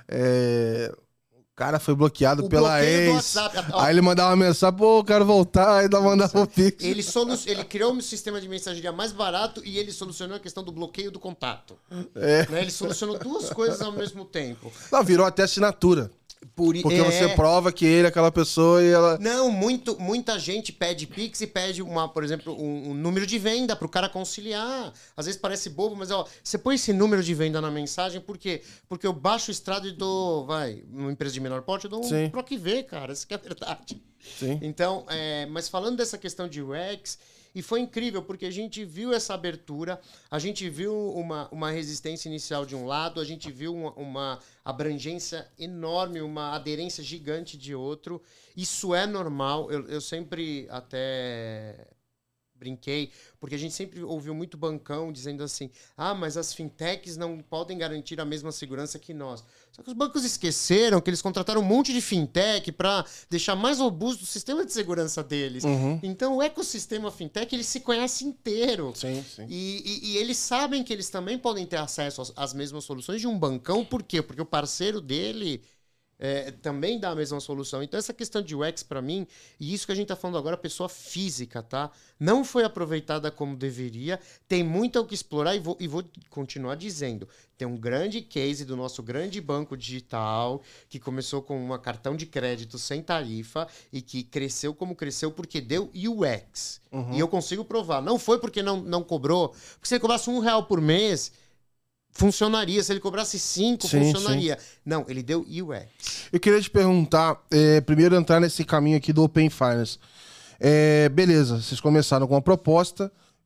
Speaker 2: O cara foi bloqueado pela ex. Aí ele mandava uma mensagem, pô, eu quero voltar, aí mandava o Pix.
Speaker 1: Ele criou um sistema de mensageria mais barato e ele solucionou a questão do bloqueio do contato. Né? Ele solucionou duas coisas ao mesmo tempo.
Speaker 2: Não, virou até assinatura. Porque você prova que ele é aquela pessoa e ela...
Speaker 1: Não, muita gente pede Pix e pede, por exemplo, um número de venda para o cara conciliar. Às vezes parece bobo, mas você põe esse número de venda na mensagem, por quê? Porque eu baixo o extrato e dou, uma empresa de menor porte, eu dou um PROC-V, cara, isso que é a verdade.
Speaker 2: Sim.
Speaker 1: Então, mas falando dessa questão de UX, e foi incrível, porque a gente viu essa abertura, a gente viu uma resistência inicial de um lado, a gente viu uma abrangência enorme, uma aderência gigante de outro. Isso é normal, eu sempre até brinquei, porque a gente sempre ouviu muito bancão dizendo assim, mas as fintechs não podem garantir a mesma segurança que nós. Só que os bancos esqueceram que eles contrataram um monte de fintech para deixar mais robusto o sistema de segurança deles. Então o ecossistema fintech, ele se conhece inteiro.
Speaker 2: Sim.
Speaker 1: E eles sabem que eles também podem ter acesso às mesmas soluções de um bancão. Por quê? Porque o parceiro dele... também dá a mesma solução. Então, essa questão de UX, para mim, e isso que a gente está falando agora, pessoa física, tá? Não foi aproveitada como deveria, tem muito o que explorar, e vou continuar dizendo. Tem um grande case do nosso grande banco digital, que começou com um cartão de crédito sem tarifa, e que cresceu como cresceu porque deu UX. E eu consigo provar. Não foi porque não cobrou, porque se ele cobrasse R$1 por mês... funcionaria, se ele cobrasse 5, funcionaria. Sim. Não, ele deu UX.
Speaker 2: Eu queria te perguntar, primeiro entrar nesse caminho aqui do Open Finance. Beleza, vocês começaram com uma proposta,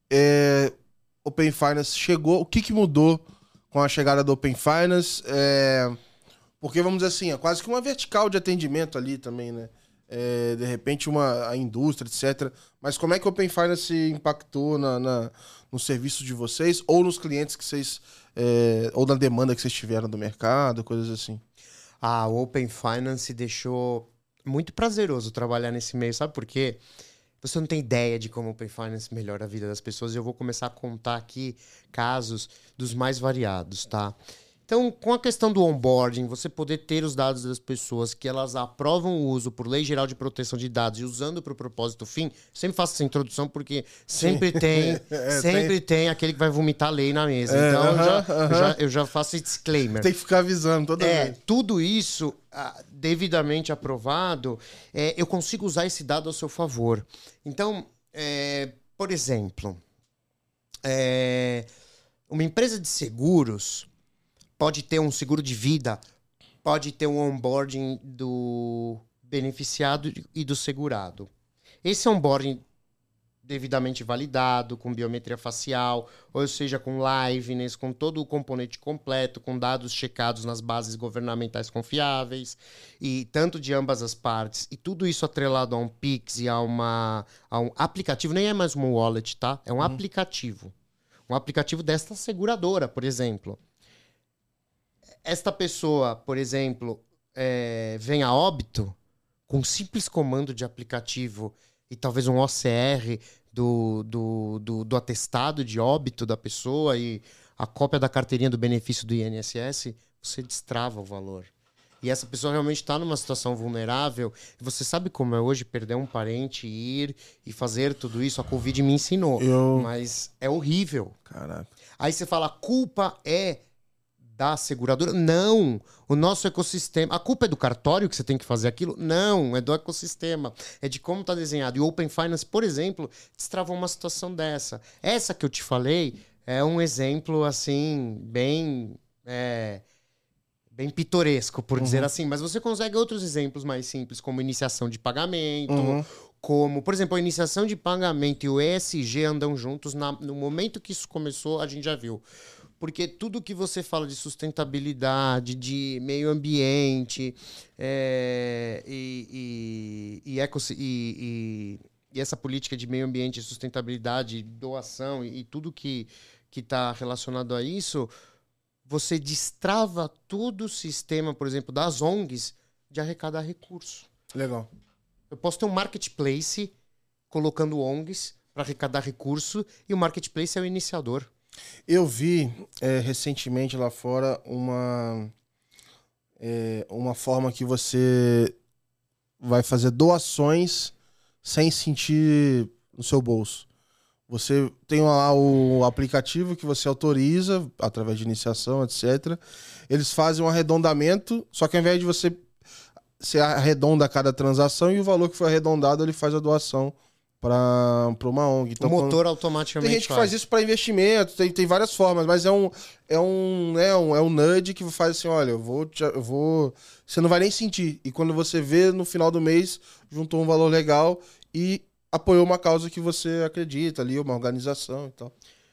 Speaker 2: Open Finance chegou, o que mudou com a chegada do Open Finance? Porque, vamos dizer assim, é quase que uma vertical de atendimento ali também, né? De repente a indústria, etc. Mas como é que o Open Finance impactou no serviço de vocês ou nos clientes que vocês... ou na demanda que vocês tiveram do mercado, coisas assim?
Speaker 1: O Open Finance deixou muito prazeroso trabalhar nesse meio, sabe por quê? Você não tem ideia de como o Open Finance melhora a vida das pessoas e eu vou começar a contar aqui casos dos mais variados, tá? Então, com a questão do onboarding, você poder ter os dados das pessoas que elas aprovam o uso por Lei Geral de Proteção de Dados e usando para o propósito fim, sempre faço essa introdução porque sempre tem aquele que vai vomitar a lei na mesa. Então, eu já faço esse disclaimer.
Speaker 2: Tem que ficar avisando toda vez.
Speaker 1: Tudo isso, devidamente aprovado, eu consigo usar esse dado ao seu favor. Então, por exemplo, uma empresa de seguros... pode ter um seguro de vida, pode ter um onboarding do beneficiado e do segurado. Esse onboarding devidamente validado, com biometria facial, ou seja, com liveness, com todo o componente completo, com dados checados nas bases governamentais confiáveis, e tanto de ambas as partes, e tudo isso atrelado a um Pix e a um aplicativo, nem é mais um wallet, tá? É um aplicativo. Um aplicativo desta seguradora, por exemplo. Esta pessoa, por exemplo, vem a óbito com um simples comando de aplicativo e talvez um OCR do atestado de óbito da pessoa e a cópia da carteirinha do benefício do INSS, você destrava o valor. E essa pessoa realmente está numa situação vulnerável. Você sabe como é hoje perder um parente, ir e fazer tudo isso? A Covid me ensinou. Mas é horrível.
Speaker 2: Caraca.
Speaker 1: Aí você fala, a culpa é da seguradora? Não. O nosso ecossistema... A culpa é do cartório que você tem que fazer aquilo? Não. É do ecossistema. É de como está desenhado. E o Open Finance, por exemplo, destravou uma situação dessa. Essa que eu te falei é um exemplo, assim, bem pitoresco, por dizer assim. Mas você consegue outros exemplos mais simples, como iniciação de pagamento, como, por exemplo, a iniciação de pagamento e o ESG andam juntos. No momento que isso começou, a gente já viu. Porque tudo que você fala de sustentabilidade, de meio ambiente e essa política de meio ambiente, sustentabilidade, doação e tudo que está relacionado a isso, você destrava todo o sistema, por exemplo, das ONGs de arrecadar recurso.
Speaker 2: Legal.
Speaker 1: Eu posso ter um marketplace colocando ONGs para arrecadar recurso e o marketplace é o iniciador.
Speaker 2: Eu vi recentemente lá fora uma forma que você vai fazer doações sem sentir no seu bolso. Você tem lá o aplicativo que você autoriza, através de iniciação, etc. Eles fazem um arredondamento, só que ao invés de você arredonda cada transação e o valor que foi arredondado, ele faz a doação para uma ONG. Então,
Speaker 1: o motor automaticamente
Speaker 2: tem gente que faz isso para investimento, tem várias formas, mas é um nudge que faz assim, olha, eu vou, você não vai nem sentir. E quando você vê no final do mês, juntou um valor legal e apoiou uma causa que você acredita ali, uma organização e tal.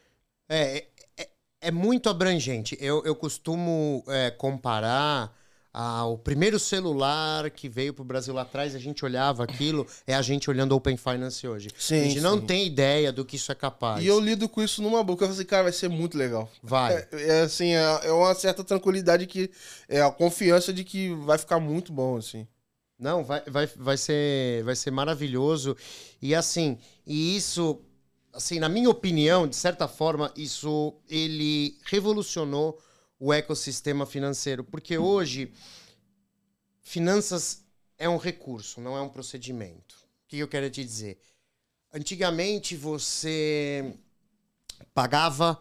Speaker 1: É muito abrangente. Eu costumo comparar o primeiro celular que veio pro Brasil lá atrás, a gente olhava aquilo, a gente olhando o Open Finance hoje.
Speaker 2: Sim,
Speaker 1: a gente não tem ideia do que isso é capaz.
Speaker 2: E eu lido com isso numa boca. Eu falei assim, cara, vai ser muito legal.
Speaker 1: Vai.
Speaker 2: É uma certa tranquilidade que é a confiança de que vai ficar muito bom, assim.
Speaker 1: Não, vai ser maravilhoso. E assim, isso, assim, na minha opinião, de certa forma, ele revolucionou o ecossistema financeiro, porque hoje finanças é um recurso, não é um procedimento. O que eu quero te dizer? Antigamente você pagava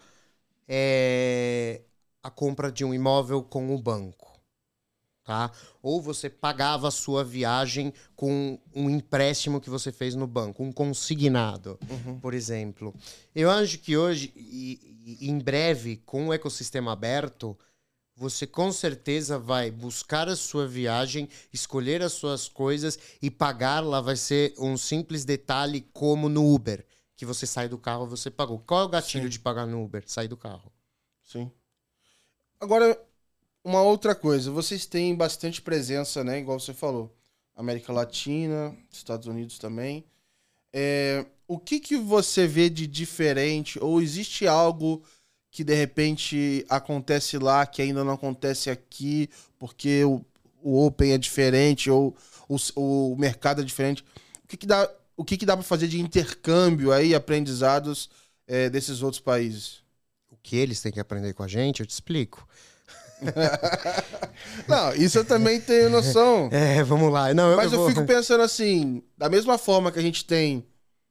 Speaker 1: a compra de um imóvel com o banco, tá? Ou você pagava a sua viagem com um empréstimo que você fez no banco, um consignado, por exemplo. Eu acho que hoje, e em breve, com o ecossistema aberto, você com certeza vai buscar a sua viagem, escolher as suas coisas e pagar lá vai ser um simples detalhe como no Uber. que você sai do carro, você pagou. Qual é o gatilho
Speaker 2: Sim.
Speaker 1: de pagar no Uber? Sair do carro.
Speaker 2: Sim. Agora, uma outra coisa. Vocês têm bastante presença, né? Igual você falou. América Latina, Estados Unidos também. O que você vê de diferente? Ou existe algo que, de repente, acontece lá que ainda não acontece aqui porque o Open é diferente ou o mercado é diferente? O que dá para fazer de intercâmbio aí, aprendizados desses outros países?
Speaker 1: O que eles têm que aprender com a gente, eu te explico.
Speaker 2: Não, isso eu também tenho noção.
Speaker 1: Vamos lá. Não,
Speaker 2: Mas eu fico pensando assim, da mesma forma que a gente tem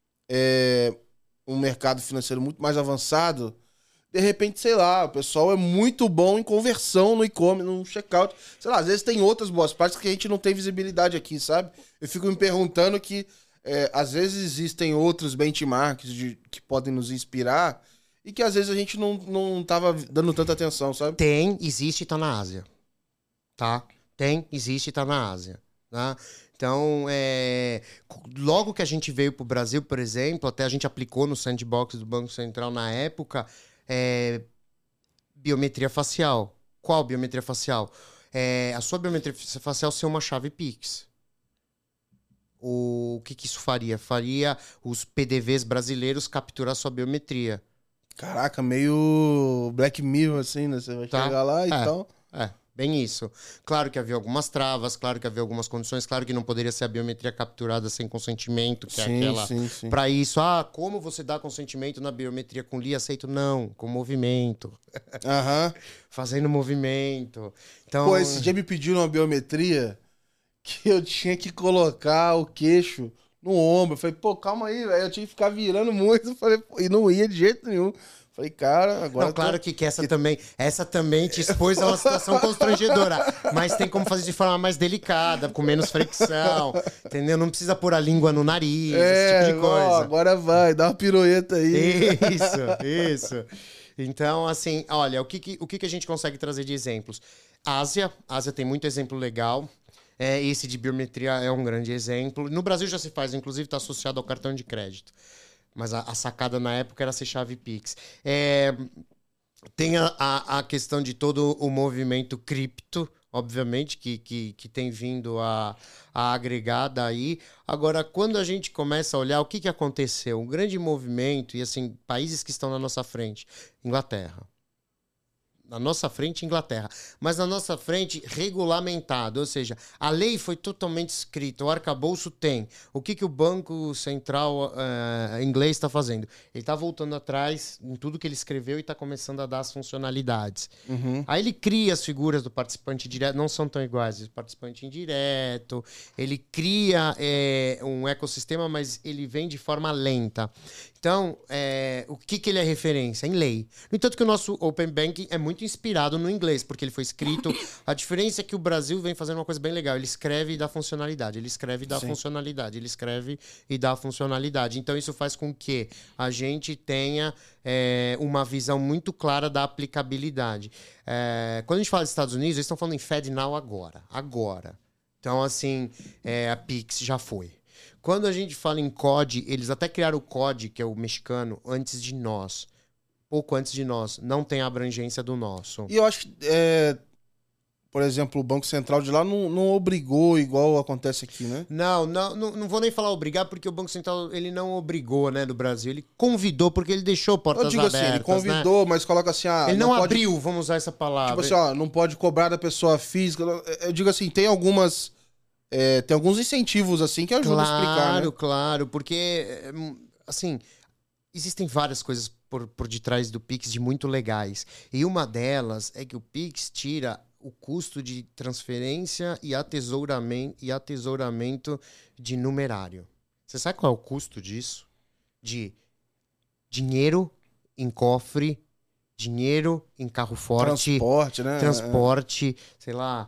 Speaker 2: um mercado financeiro muito mais avançado, de repente, sei lá, o pessoal é muito bom em conversão no e-commerce, no checkout. Sei lá, às vezes tem outras boas partes que a gente não tem visibilidade aqui, sabe? Eu fico me perguntando que às vezes existem outros benchmarks que podem nos inspirar e que às vezes a gente não tava dando tanta atenção, sabe?
Speaker 1: Tem, existe e tá na Ásia. Tá? Tem, existe e tá na Ásia. Tá? Então, logo que a gente veio pro Brasil, por exemplo, até a gente aplicou no sandbox do Banco Central na época, biometria facial. Qual biometria facial? A sua biometria facial ser uma chave Pix. O que isso faria? Faria os PDVs brasileiros capturar sua biometria.
Speaker 2: Caraca, meio Black Mirror, assim, né? Você vai chegar lá e tal.
Speaker 1: Bem isso. Claro que havia algumas travas, claro que havia algumas condições, claro que não poderia ser a biometria capturada sem consentimento, que é aquela...
Speaker 2: Sim.
Speaker 1: Para isso, como você dá consentimento na biometria com li aceito? Não, com movimento. Fazendo movimento. Então...
Speaker 2: Pô, esse dia me pediram uma biometria que eu tinha que colocar o queixo no ombro. Eu falei, pô, calma aí, velho. Eu tinha que ficar virando muito. Eu falei, pô, e não ia de jeito nenhum. Falei, cara, agora...
Speaker 1: Não, claro que essa também te expôs a uma situação constrangedora. Mas tem como fazer de forma mais delicada, com menos fricção, entendeu? Não precisa pôr a língua no nariz, esse tipo de coisa.
Speaker 2: Ó, agora vai, dá uma pirueta aí.
Speaker 1: Isso. Então, assim, olha, o que a gente consegue trazer de exemplos? Ásia tem muito exemplo legal. Esse de biometria é um grande exemplo. No Brasil já se faz, inclusive está associado ao cartão de crédito. Mas a sacada na época era ser chave Pix. Tem a questão de todo o movimento cripto, obviamente, que tem vindo a agregar daí. Agora, quando a gente começa a olhar o que aconteceu, um grande movimento, e assim, países que estão na nossa frente, Inglaterra. Na nossa frente, Inglaterra. Mas na nossa frente, regulamentado. Ou seja, a lei foi totalmente escrita. O arcabouço tem. O que o Banco Central inglês está fazendo? Ele está voltando atrás em tudo que ele escreveu e está começando a dar as funcionalidades. Aí ele cria as figuras do participante direto. Não são tão iguais. O participante indireto. Ele cria um ecossistema, mas ele vem de forma lenta. Então, o que ele é referência? Em lei. No entanto que o nosso Open Banking é muito inspirado no inglês, porque ele foi escrito... A diferença é que o Brasil vem fazendo uma coisa bem legal. Ele escreve e dá funcionalidade. Ele escreve e dá funcionalidade. Ele escreve e dá funcionalidade. Então, isso faz com que a gente tenha uma visão muito clara da aplicabilidade. Quando a gente fala dos Estados Unidos, eles estão falando em FedNow agora. Então, assim, a Pix já foi. Quando a gente fala em COD, eles até criaram o COD, que é o mexicano, antes de nós. Pouco antes de nós. Não tem a abrangência do nosso.
Speaker 2: E eu acho que, por exemplo, o Banco Central de lá não obrigou igual acontece aqui, né?
Speaker 1: Não vou nem falar obrigar, porque o Banco Central ele não obrigou, né, do Brasil. Ele convidou, porque ele deixou portas abertas. Eu digo assim,
Speaker 2: ele convidou, né? Mas coloca assim...
Speaker 1: ele não abriu, vamos usar essa palavra.
Speaker 2: Tipo assim, não pode cobrar da pessoa física. Eu digo assim, tem algumas... tem alguns incentivos, assim, que ajudam a explicar, né?
Speaker 1: Claro, porque, assim, existem várias coisas por detrás do Pix de muito legais. E uma delas é que o Pix tira o custo de transferência e atesouramento de numerário. Você sabe qual é o custo disso? De dinheiro em cofre, dinheiro em carro forte.
Speaker 2: Transporte, né?
Speaker 1: Transporte, sei lá...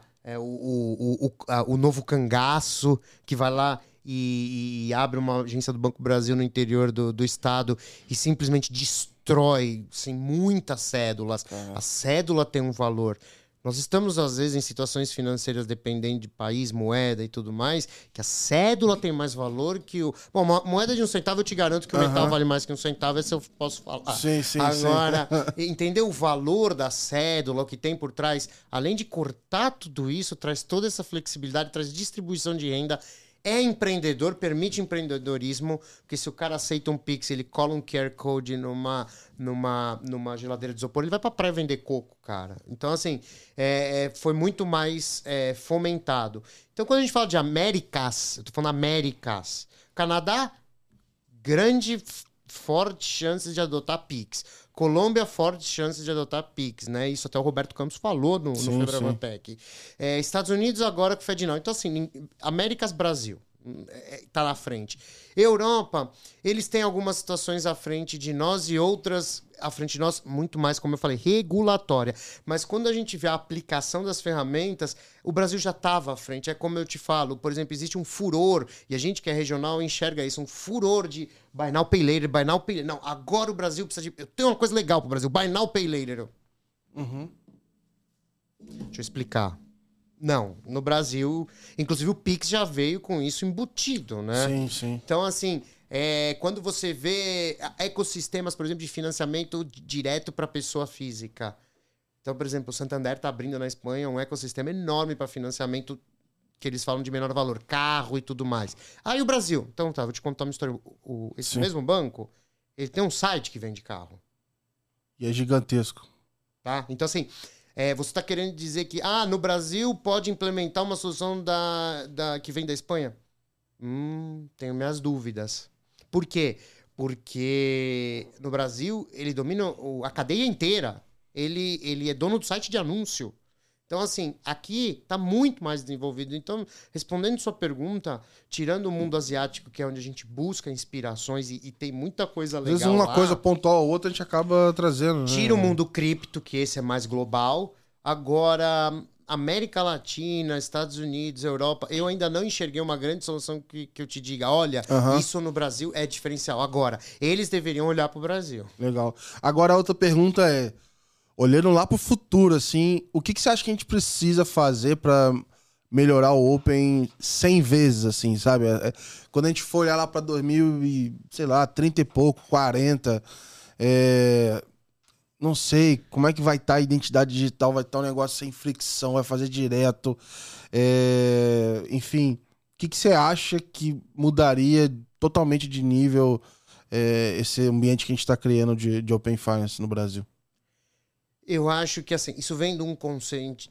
Speaker 1: o novo cangaço que vai lá e abre uma agência do Banco Brasil no interior do estado e simplesmente destrói sem muitas cédulas. A cédula tem um valor. Nós estamos, às vezes, em situações financeiras dependendo de país, moeda e tudo mais, que a cédula tem mais valor que o... Bom, uma moeda de 1 centavo, eu te garanto que o metal vale mais que 1 centavo, esse eu posso falar.
Speaker 2: Sim.
Speaker 1: Agora, entender o valor da cédula, o que tem por trás, além de cortar tudo isso, traz toda essa flexibilidade, traz distribuição de renda, é empreendedor, permite empreendedorismo, porque se o cara aceita um Pix, ele cola um QR Code numa geladeira de isopor, ele vai pra praia vender coco, cara. Então, assim, foi muito mais fomentado. Então, quando a gente fala de Américas, eu tô falando Américas, Canadá, grande, forte chances de adotar Pix. Colômbia, fortes chances de adotar Pix, né? Isso até o Roberto Campos falou no Febraban-Tech. Estados Unidos agora com o FedNow. Então, assim, Américas, Brasil tá na frente. Europa, eles têm algumas situações à frente de nós e outras à frente de nós, muito mais, como eu falei, regulatória. Mas quando a gente vê a aplicação das ferramentas, o Brasil já estava à frente. É como eu te falo, por exemplo, existe um furor, e a gente que é regional enxerga isso, um furor de Buy Now, Pay Later, Buy Now, Pay Later. Não, agora o Brasil precisa de... Eu tenho uma coisa legal pro Brasil, Buy Now, Pay Later. Deixa eu explicar. Não, no Brasil, inclusive o Pix já veio com isso embutido, né?
Speaker 2: Sim.
Speaker 1: Então, assim, quando você vê ecossistemas, por exemplo, de financiamento direto para pessoa física. Então, por exemplo, o Santander está abrindo na Espanha um ecossistema enorme para financiamento que eles falam de menor valor, carro e tudo mais. Aí o Brasil, então tá, vou te contar uma história. Esse mesmo banco, ele tem um site que vende carro.
Speaker 2: E é gigantesco.
Speaker 1: Tá? Então, assim... você está querendo dizer que no Brasil pode implementar uma solução que vem da Espanha? Tenho minhas dúvidas. Por quê? Porque no Brasil ele domina a cadeia inteira. Ele é dono do site de anúncio. Então, assim, aqui está muito mais desenvolvido. Então, respondendo sua pergunta, tirando o mundo asiático, que é onde a gente busca inspirações e tem muita coisa legal.
Speaker 2: Às vezes uma coisa pontual ou outra a gente acaba trazendo.
Speaker 1: Tira o mundo cripto, que esse é mais global. Agora, América Latina, Estados Unidos, Europa, eu ainda não enxerguei uma grande solução que eu te diga, olha, isso no Brasil é diferencial. Agora, eles deveriam olhar para o Brasil.
Speaker 2: Legal. Agora a outra pergunta é, olhando lá pro futuro, assim, o que você acha que a gente precisa fazer para melhorar o Open 100 vezes, assim, sabe? Quando a gente for olhar lá para 2000 e, sei lá, 30 e pouco, 40, não sei como é que vai estar a identidade digital, vai estar um negócio sem fricção, vai fazer direto, enfim, o que você acha que mudaria totalmente de nível esse ambiente que a gente está criando de Open Finance no Brasil?
Speaker 1: Eu acho que, assim, isso vem de um conceito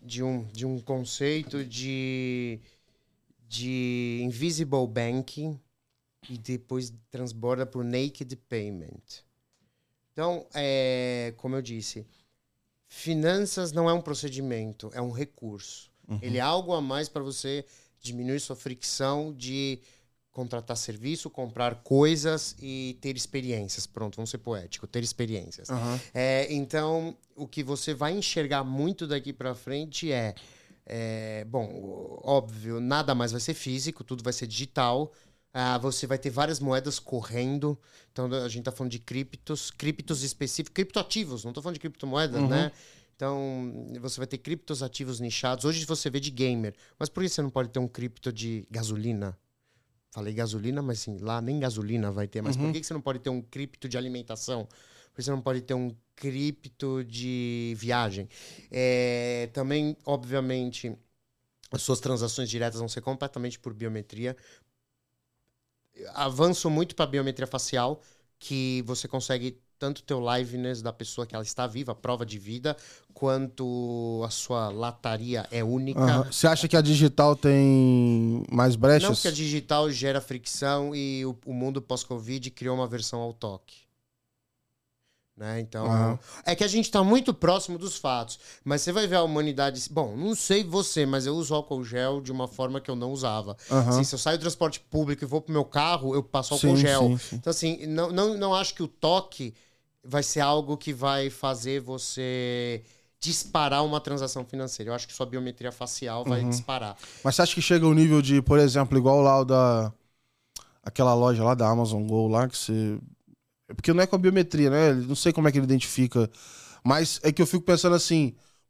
Speaker 1: de invisible banking e depois transborda para o naked payment. Então, como eu disse, finanças não é um procedimento, é um recurso. Ele é algo a mais para você diminuir sua fricção de contratar serviço, comprar coisas e ter experiências. Pronto, vamos ser poéticos, ter experiências. Então, o que você vai enxergar muito daqui para frente bom, óbvio, nada mais vai ser físico, tudo vai ser digital. Você vai ter várias moedas correndo. Então, a gente está falando de criptos específicos, criptoativos, não estou falando de criptomoedas, né? Então, você vai ter criptos ativos nichados. Hoje você vê de gamer. Mas por que você não pode ter um cripto de gasolina? Falei gasolina, mas assim, lá nem gasolina vai ter. Mas por que você não pode ter um cripto de alimentação? Por que você não pode ter um cripto de viagem? Também, obviamente, as suas transações diretas vão ser completamente por biometria. Avanço muito para biometria facial, que você consegue tanto ter o liveness da pessoa que ela está viva, prova de vida, quanto a sua lataria é única.
Speaker 2: Você acha que a digital tem mais brechas?
Speaker 1: Não, porque a digital gera fricção e o mundo pós-Covid criou uma versão ao toque. Né? Então, é que a gente está muito próximo dos fatos, mas você vai ver a humanidade... Bom, não sei você, mas eu uso álcool gel de uma forma que eu não usava. Assim, se eu saio do transporte público e vou pro meu carro, eu passo álcool gel. Sim. Então, assim, não acho que o toque vai ser algo que vai fazer você disparar uma transação financeira. Eu acho que sua biometria facial vai disparar.
Speaker 2: Mas você acha que chega ao nível de, por exemplo, igual lá aquela loja lá da Amazon Go lá, que você... Porque não é com a biometria, né? Não sei como é que ele identifica. Mas é que eu fico pensando assim,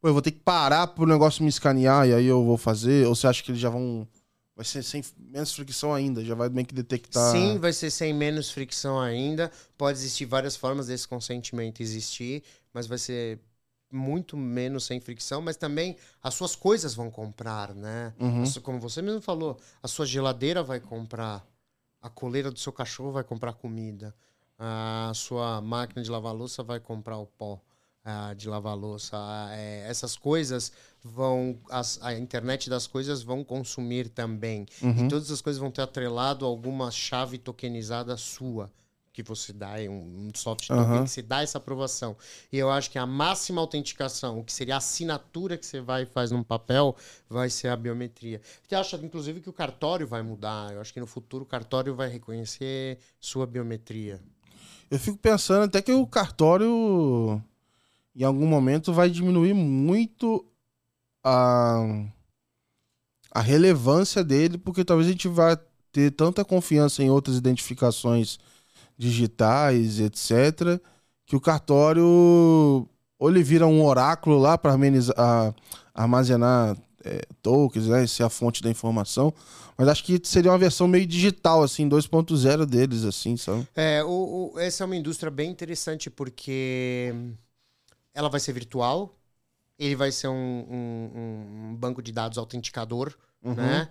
Speaker 2: Pô, eu vou ter que parar pro negócio me escanear e aí eu vou fazer? Ou você acha que eles já vão... Vai ser sem menos fricção ainda? Já vai bem que detectar...
Speaker 1: Sim, vai ser sem menos fricção ainda. Pode existir várias formas desse consentimento existir, mas vai ser muito menos sem fricção. Mas também as suas coisas vão comprar, né? Como você mesmo falou, a sua geladeira vai comprar, a coleira do seu cachorro vai comprar comida, a sua máquina de lavar louça vai comprar o pó de lavar louça. Essas coisas vão... a internet das coisas vão consumir também. E todas as coisas vão ter atrelado alguma chave tokenizada sua, que você dá, um soft token, que você dá essa aprovação. E eu acho que a máxima autenticação, o que seria a assinatura que você vai e faz num papel, vai ser a biometria. Eu acho, inclusive, que o cartório vai mudar. Eu acho que no futuro o cartório vai reconhecer sua biometria.
Speaker 2: Eu fico pensando até que o cartório... em algum momento vai diminuir muito a relevância dele, porque talvez a gente vá ter tanta confiança em outras identificações digitais, etc., que o cartório ou ele vira um oráculo lá para armazenar tokens, né, ser a fonte da informação, mas acho que seria uma versão meio digital, assim, 2.0 deles, assim, sabe?
Speaker 1: Essa é uma indústria bem interessante, porque... ela vai ser virtual, ele vai ser um banco de dados autenticador, né?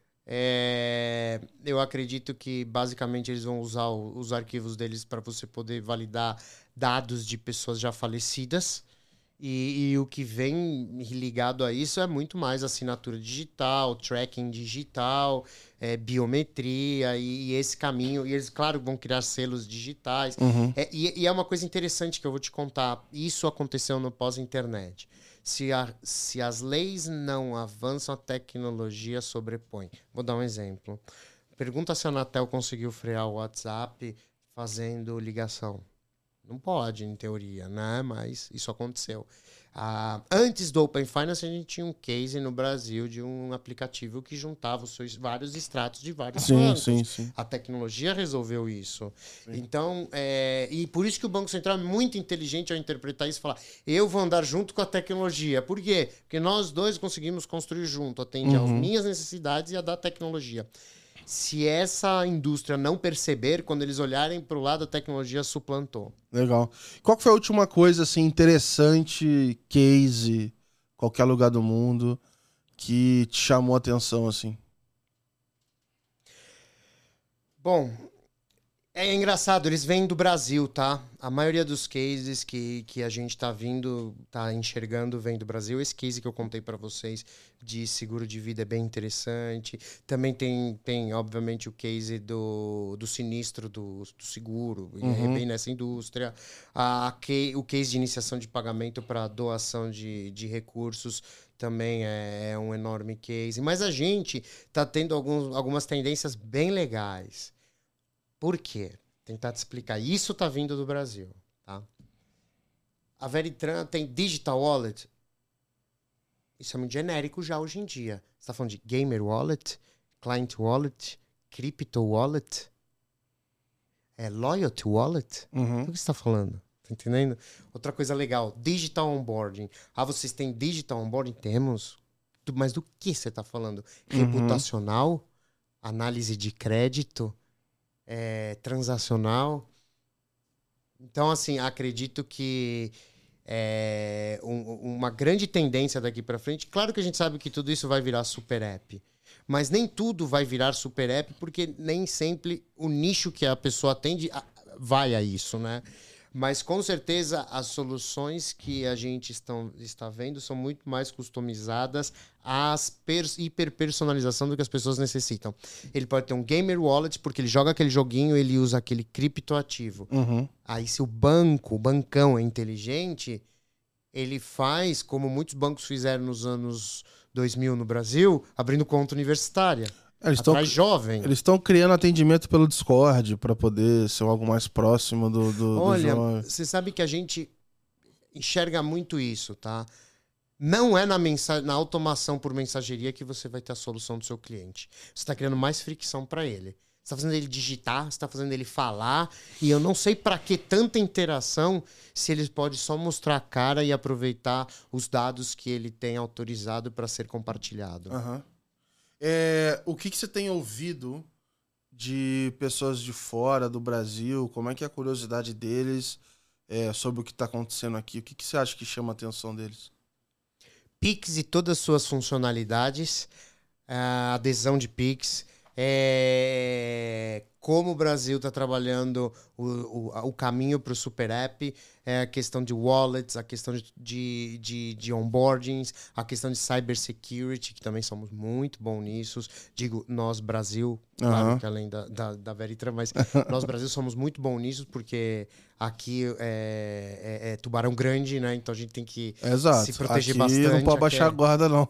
Speaker 1: Eu acredito que, basicamente, eles vão usar os arquivos deles para você poder validar dados de pessoas já falecidas. E o que vem ligado a isso é muito mais assinatura digital, tracking digital, biometria e esse caminho. E eles, claro, vão criar selos digitais. E é uma coisa interessante que eu vou te contar. Isso aconteceu no pós-internet. Se as leis não avançam, a tecnologia sobrepõe. Vou dar um exemplo. Pergunta se a Anatel conseguiu frear o WhatsApp fazendo ligação. Não pode, em teoria, né? Mas isso aconteceu. Antes do Open Finance, a gente tinha um case no Brasil de um aplicativo que juntava os seus vários extratos de vários bancos.
Speaker 2: Sim.
Speaker 1: A tecnologia resolveu isso. Sim. Então, e por isso que o Banco Central é muito inteligente ao interpretar isso e falar: eu vou andar junto com a tecnologia. Por quê? Porque nós dois conseguimos construir junto. Atende às minhas necessidades e a da tecnologia. Se essa indústria não perceber, quando eles olharem para o lado, a tecnologia suplantou.
Speaker 2: Legal. Qual que foi a última coisa assim, interessante, case, qualquer lugar do mundo, que te chamou a atenção, assim?
Speaker 1: Bom, é engraçado, eles vêm do Brasil, tá? A maioria dos cases que a gente tá enxergando, vem do Brasil. Esse case que eu contei para vocês de seguro de vida é bem interessante. Também tem obviamente, o case do sinistro do seguro, é bem nessa indústria. O case de iniciação de pagamento para doação de recursos também é um enorme case. Mas a gente tá tendo algumas tendências bem legais. Por quê? Tentar te explicar. Isso tá vindo do Brasil, tá? A Veritran tem Digital Wallet. Isso é muito genérico já hoje em dia. Você tá falando de Gamer Wallet, Client Wallet, Crypto Wallet, Loyalty Wallet. O que você tá falando? Tá entendendo? Outra coisa legal, Digital Onboarding. Vocês têm Digital Onboarding? Temos. Mas do que você tá falando? Reputacional? Análise de crédito? Transacional. Então, assim, acredito que uma grande tendência daqui para frente. Claro que a gente sabe que tudo isso vai virar super app, mas nem tudo vai virar super app, porque nem sempre o nicho que a pessoa atende vai a isso, né? Mas, com certeza, as soluções que a gente está vendo são muito mais customizadas às hiperpersonalização do que as pessoas necessitam. Ele pode ter um gamer wallet, porque ele joga aquele joguinho, ele usa aquele criptoativo. Aí, se o bancão é inteligente, ele faz como muitos bancos fizeram nos anos 2000 no Brasil, abrindo conta universitária. Atrai jovem.
Speaker 2: Eles estão criando atendimento pelo Discord para poder ser algo mais próximo do
Speaker 1: Olha, você sabe que a gente enxerga muito isso, tá? Não é na automação por mensageria que você vai ter a solução do seu cliente. Você está criando mais fricção para ele. você tá fazendo ele digitar, você tá fazendo ele falar, e eu não sei para que tanta interação se ele pode só mostrar a cara e aproveitar os dados que ele tem autorizado para ser compartilhado.
Speaker 2: Uhum. O que você tem ouvido de pessoas de fora do Brasil? Como é que é a curiosidade deles sobre o que está acontecendo aqui? O que você acha que chama a atenção deles?
Speaker 1: Pix e todas as suas funcionalidades, a adesão de Pix, como o Brasil está trabalhando o caminho para o Super App, a questão de wallets, a questão de onboardings, a questão de cybersecurity, que também somos muito bons nisso. Digo, nós, Brasil, claro que além da Veritran, mas nós, Brasil, somos muito bons nisso, porque aqui é tubarão grande, né? Então a gente tem que se proteger
Speaker 2: aqui
Speaker 1: bastante.
Speaker 2: Não pode baixar a guarda, não.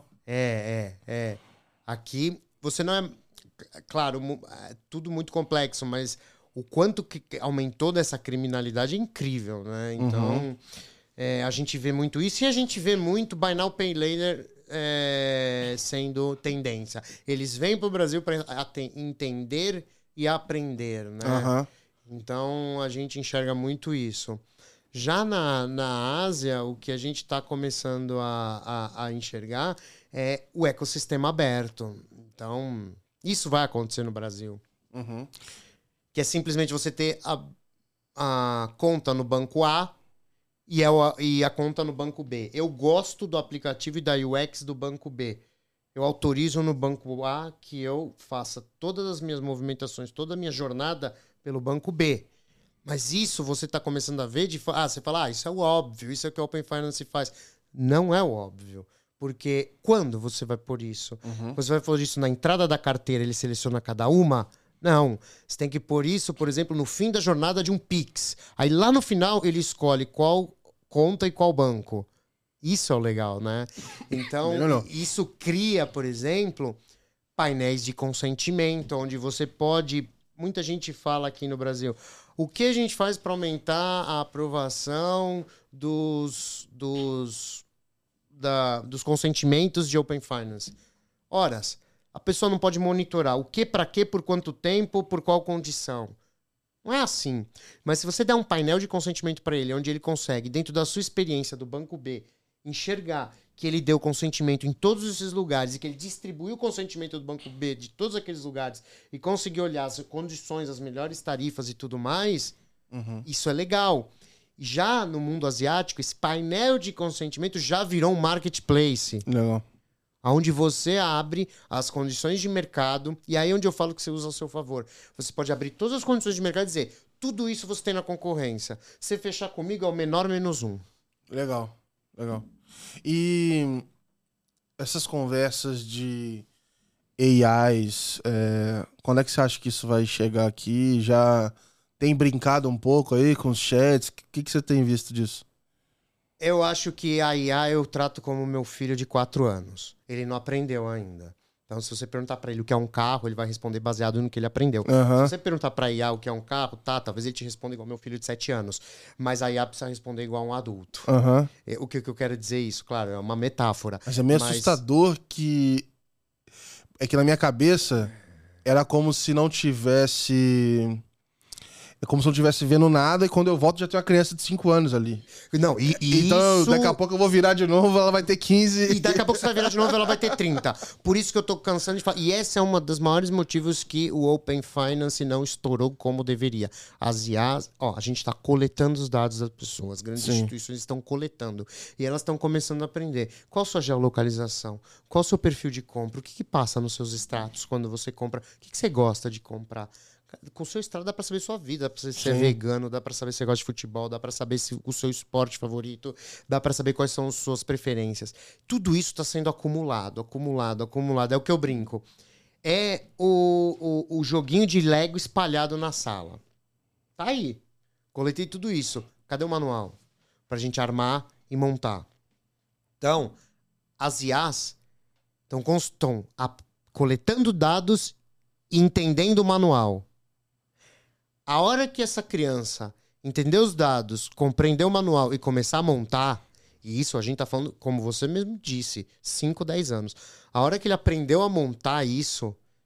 Speaker 1: Aqui você não é... Claro, tudo muito complexo, mas o quanto que aumentou dessa criminalidade é incrível, né? Então, a gente vê muito isso e a gente vê muito Buy Now, Pay Later sendo tendência. Eles vêm para o Brasil para entender e aprender, né? Então, a gente enxerga muito isso. Já na Ásia, o que a gente está começando a enxergar é o ecossistema aberto. Então... Isso vai acontecer no Brasil. Que é simplesmente você ter a conta no banco A e a conta no banco B. Eu gosto do aplicativo e da UX do banco B. Eu autorizo no banco A que eu faça todas as minhas movimentações, toda a minha jornada pelo banco B. Mas isso você está começando a ver você fala, isso é o óbvio, isso é o que o Open Finance faz. Não é o óbvio. Porque quando você vai pôr isso? Você vai pôr isso na entrada da carteira, ele seleciona cada uma? Não. Você tem que pôr isso, por exemplo, no fim da jornada de um Pix. Aí lá no final ele escolhe qual conta e qual banco. Isso é o legal, né? Então, isso cria, por exemplo, painéis de consentimento, onde você pode... Muita gente fala aqui no Brasil, o que a gente faz para aumentar a aprovação dos consentimentos de Open Finance? Horas. A pessoa não pode monitorar o que, para quê, por quanto tempo, por qual condição. Não é assim. Mas se você der um painel de consentimento para ele, onde ele consegue, dentro da sua experiência do banco B, enxergar que ele deu consentimento em todos esses lugares e que ele distribuiu o consentimento do banco B de todos aqueles lugares e conseguiu olhar as condições, as melhores tarifas e tudo mais, isso é legal. Já no mundo asiático, esse painel de consentimento já virou um marketplace.
Speaker 2: Legal.
Speaker 1: Onde você abre as condições de mercado, e aí é onde eu falo que você usa ao seu favor. Você pode abrir todas as condições de mercado e dizer, tudo isso você tem na concorrência. Se fechar comigo é o menor menos um.
Speaker 2: Legal. E essas conversas de AIs, quando é que você acha que isso vai chegar aqui? Já... Tem brincado um pouco aí com os chats? O que você tem visto disso?
Speaker 1: Eu acho que a IA eu trato como meu filho de 4 anos. Ele não aprendeu ainda. Então, se você perguntar pra ele o que é um carro, ele vai responder baseado no que ele aprendeu. Se você perguntar pra IA o que é um carro, talvez ele te responda igual meu filho de 7 anos. Mas a IA precisa responder igual um adulto. O que eu quero dizer isso? Claro, é uma metáfora.
Speaker 2: Mas é meio assustador que... É que na minha cabeça era como se não tivesse... É como se eu não estivesse vendo nada e quando eu volto já tem uma criança de 5 anos ali.
Speaker 1: Não,
Speaker 2: então,
Speaker 1: isso...
Speaker 2: daqui a pouco eu vou virar de novo, ela vai ter 15.
Speaker 1: E daqui a pouco você vai virar de novo, ela vai ter 30. Por isso que eu tô cansando de falar. E esse é um dos maiores motivos que o Open Finance não estourou como deveria. As IAs... a gente tá coletando os dados das pessoas. Grandes instituições estão coletando. E elas estão começando a aprender. Qual a sua geolocalização? Qual o seu perfil de compra? O que passa nos seus extratos quando você compra? O que você gosta de comprar? Com o seu extrato dá pra saber sua vida, dá pra saber se é vegano, dá pra saber se você gosta de futebol, dá pra saber o seu esporte favorito, dá pra saber quais são as suas preferências. Tudo isso tá sendo acumulado. É o que eu brinco. É o joguinho de Lego espalhado na sala. Tá aí. Coletei tudo isso. Cadê o manual? Pra gente armar e montar. Então, as IAs estão coletando dados e entendendo o manual. A hora que essa criança entender os dados, compreender o manual e começar a montar, e isso a gente tá falando, como você mesmo disse, 5, 10 anos. A hora que ele aprendeu a montar isso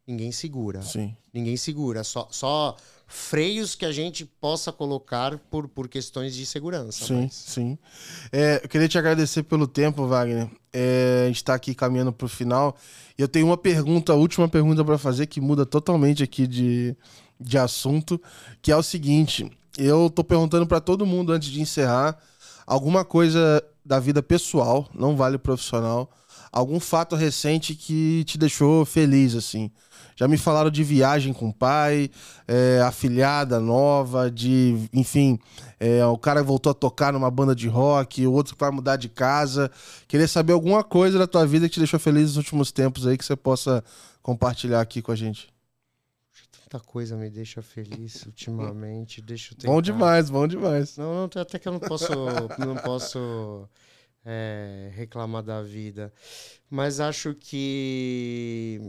Speaker 1: ninguém segura.
Speaker 2: Sim.
Speaker 1: Ninguém segura. Só freios que a gente possa colocar por questões de segurança.
Speaker 2: Sim, sim. Eu queria te agradecer pelo tempo, Wagner. A gente tá aqui caminhando pro final. E eu tenho uma última pergunta para fazer, que muda totalmente aqui de assunto, que é o seguinte. Eu tô perguntando para todo mundo, antes de encerrar, alguma coisa da vida pessoal, não vale profissional, algum fato recente que te deixou feliz, assim. Já me falaram de viagem com o pai, afilhada nova, enfim, o cara voltou a tocar numa banda de rock, o outro vai mudar de casa. Queria saber alguma coisa da tua vida que te deixou feliz nos últimos tempos aí, que você possa compartilhar aqui com a gente.
Speaker 1: Tanta coisa me deixa feliz ultimamente. Deixa eu tentar.
Speaker 2: Bom demais, bom demais.
Speaker 1: Não, até que eu não posso reclamar da vida. Mas acho que...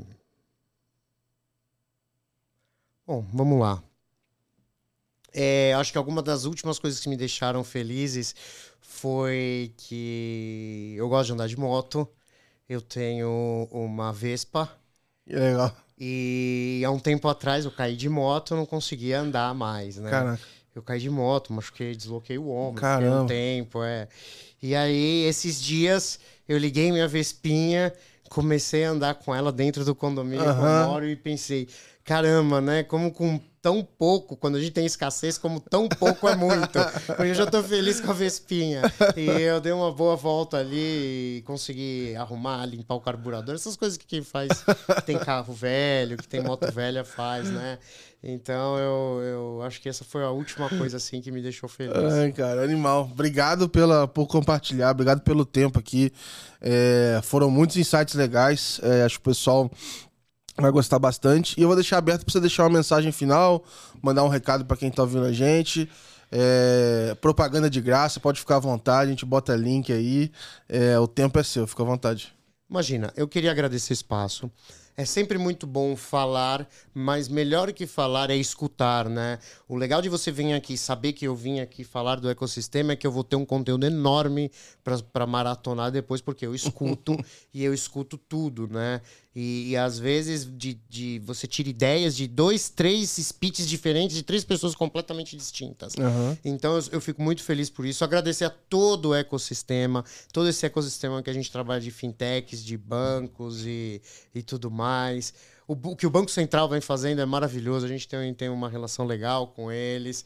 Speaker 1: Bom, vamos lá. Acho que alguma das últimas coisas que me deixaram felizes foi que eu gosto de andar de moto. Eu tenho uma Vespa.
Speaker 2: Que legal.
Speaker 1: E há um tempo atrás eu caí de moto, eu não conseguia andar mais, né?
Speaker 2: Caraca.
Speaker 1: Eu caí de moto, machuquei, desloquei o ombro.
Speaker 2: Caramba.
Speaker 1: Fiquei um tempo, E aí, esses dias, eu liguei minha Vespinha, comecei a andar com ela dentro do condomínio que eu moro e pensei, caramba, né? Como com tão pouco, quando a gente tem escassez, como tão pouco é muito. Eu já tô feliz com a Vespinha. E eu dei uma boa volta ali e consegui arrumar, limpar o carburador. Essas coisas que quem faz, que tem carro velho, que tem moto velha faz, né? Então, eu acho que essa foi a última coisa, assim, que me deixou feliz.
Speaker 2: Ai, cara, animal. Obrigado por compartilhar, obrigado pelo tempo aqui. Foram muitos insights legais. Acho que o pessoal vai gostar bastante. E eu vou deixar aberto para você deixar uma mensagem final, mandar um recado para quem tá ouvindo a gente. Propaganda de graça, pode ficar à vontade, a gente bota link aí. O tempo é seu, fica à vontade.
Speaker 1: Imagina, eu queria agradecer o espaço. É sempre muito bom falar, mas melhor que falar é escutar, né? O legal de você vir aqui, saber que eu vim aqui falar do ecossistema é que eu vou ter um conteúdo enorme para maratonar depois, porque eu escuto e eu escuto tudo, né? E às vezes você tira ideias de 2, 3 speeches diferentes de 3 pessoas completamente distintas.
Speaker 2: Uhum.
Speaker 1: Então eu fico muito feliz por isso. Agradecer a todo o ecossistema, todo esse ecossistema que a gente trabalha de fintechs, de bancos e tudo mais. O que o Banco Central vem fazendo é maravilhoso. A gente tem uma relação legal com eles.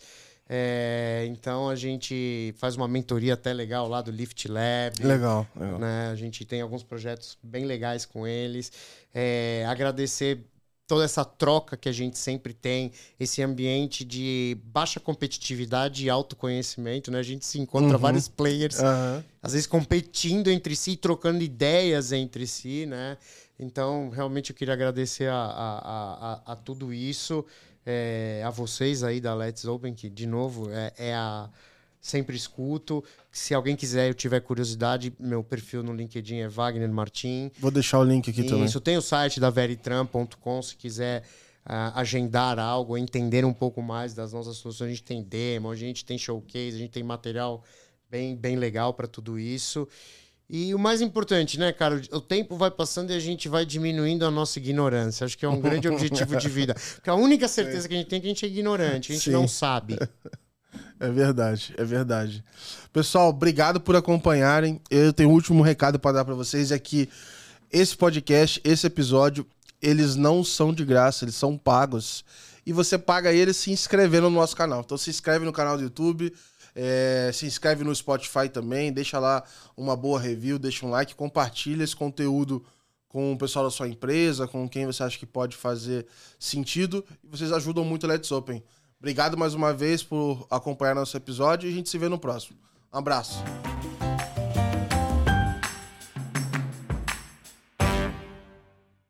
Speaker 1: Então a gente faz uma mentoria até legal lá do Lift Lab.
Speaker 2: Legal.
Speaker 1: Né? A gente tem alguns projetos bem legais com eles. Agradecer toda essa troca que a gente sempre tem, esse ambiente de baixa competitividade e autoconhecimento, né? A gente se encontra vários players, às vezes competindo entre si, trocando ideias entre si, né? Então, realmente eu queria agradecer a tudo isso, a vocês aí da Let's Open, que, de novo, sempre escuto. Se alguém quiser, eu tiver curiosidade, meu perfil no LinkedIn é Wagner Martin.
Speaker 2: Vou deixar o link aqui também.
Speaker 1: Isso, tem o site da veritran.com, se quiser agendar algo, entender um pouco mais das nossas soluções. A gente tem demo, a gente tem showcase, a gente tem material bem, bem legal para tudo isso. E o mais importante, né, cara? O tempo vai passando e a gente vai diminuindo a nossa ignorância. Acho que é um grande objetivo de vida. Porque a única certeza que a gente tem é que a gente é ignorante, a gente não sabe.
Speaker 2: É verdade, é verdade. Pessoal, obrigado por acompanharem. Eu tenho um último recado para dar para vocês, é que esse podcast, esse episódio, eles não são de graça, eles são pagos. E você paga eles se inscrevendo no nosso canal. Então se inscreve no canal do YouTube, se inscreve no Spotify também, deixa lá uma boa review, deixa um like, compartilha esse conteúdo com o pessoal da sua empresa, com quem você acha que pode fazer sentido. E vocês ajudam muito a Let's Open. Obrigado mais uma vez por acompanhar nosso episódio e a gente se vê no próximo. Um abraço.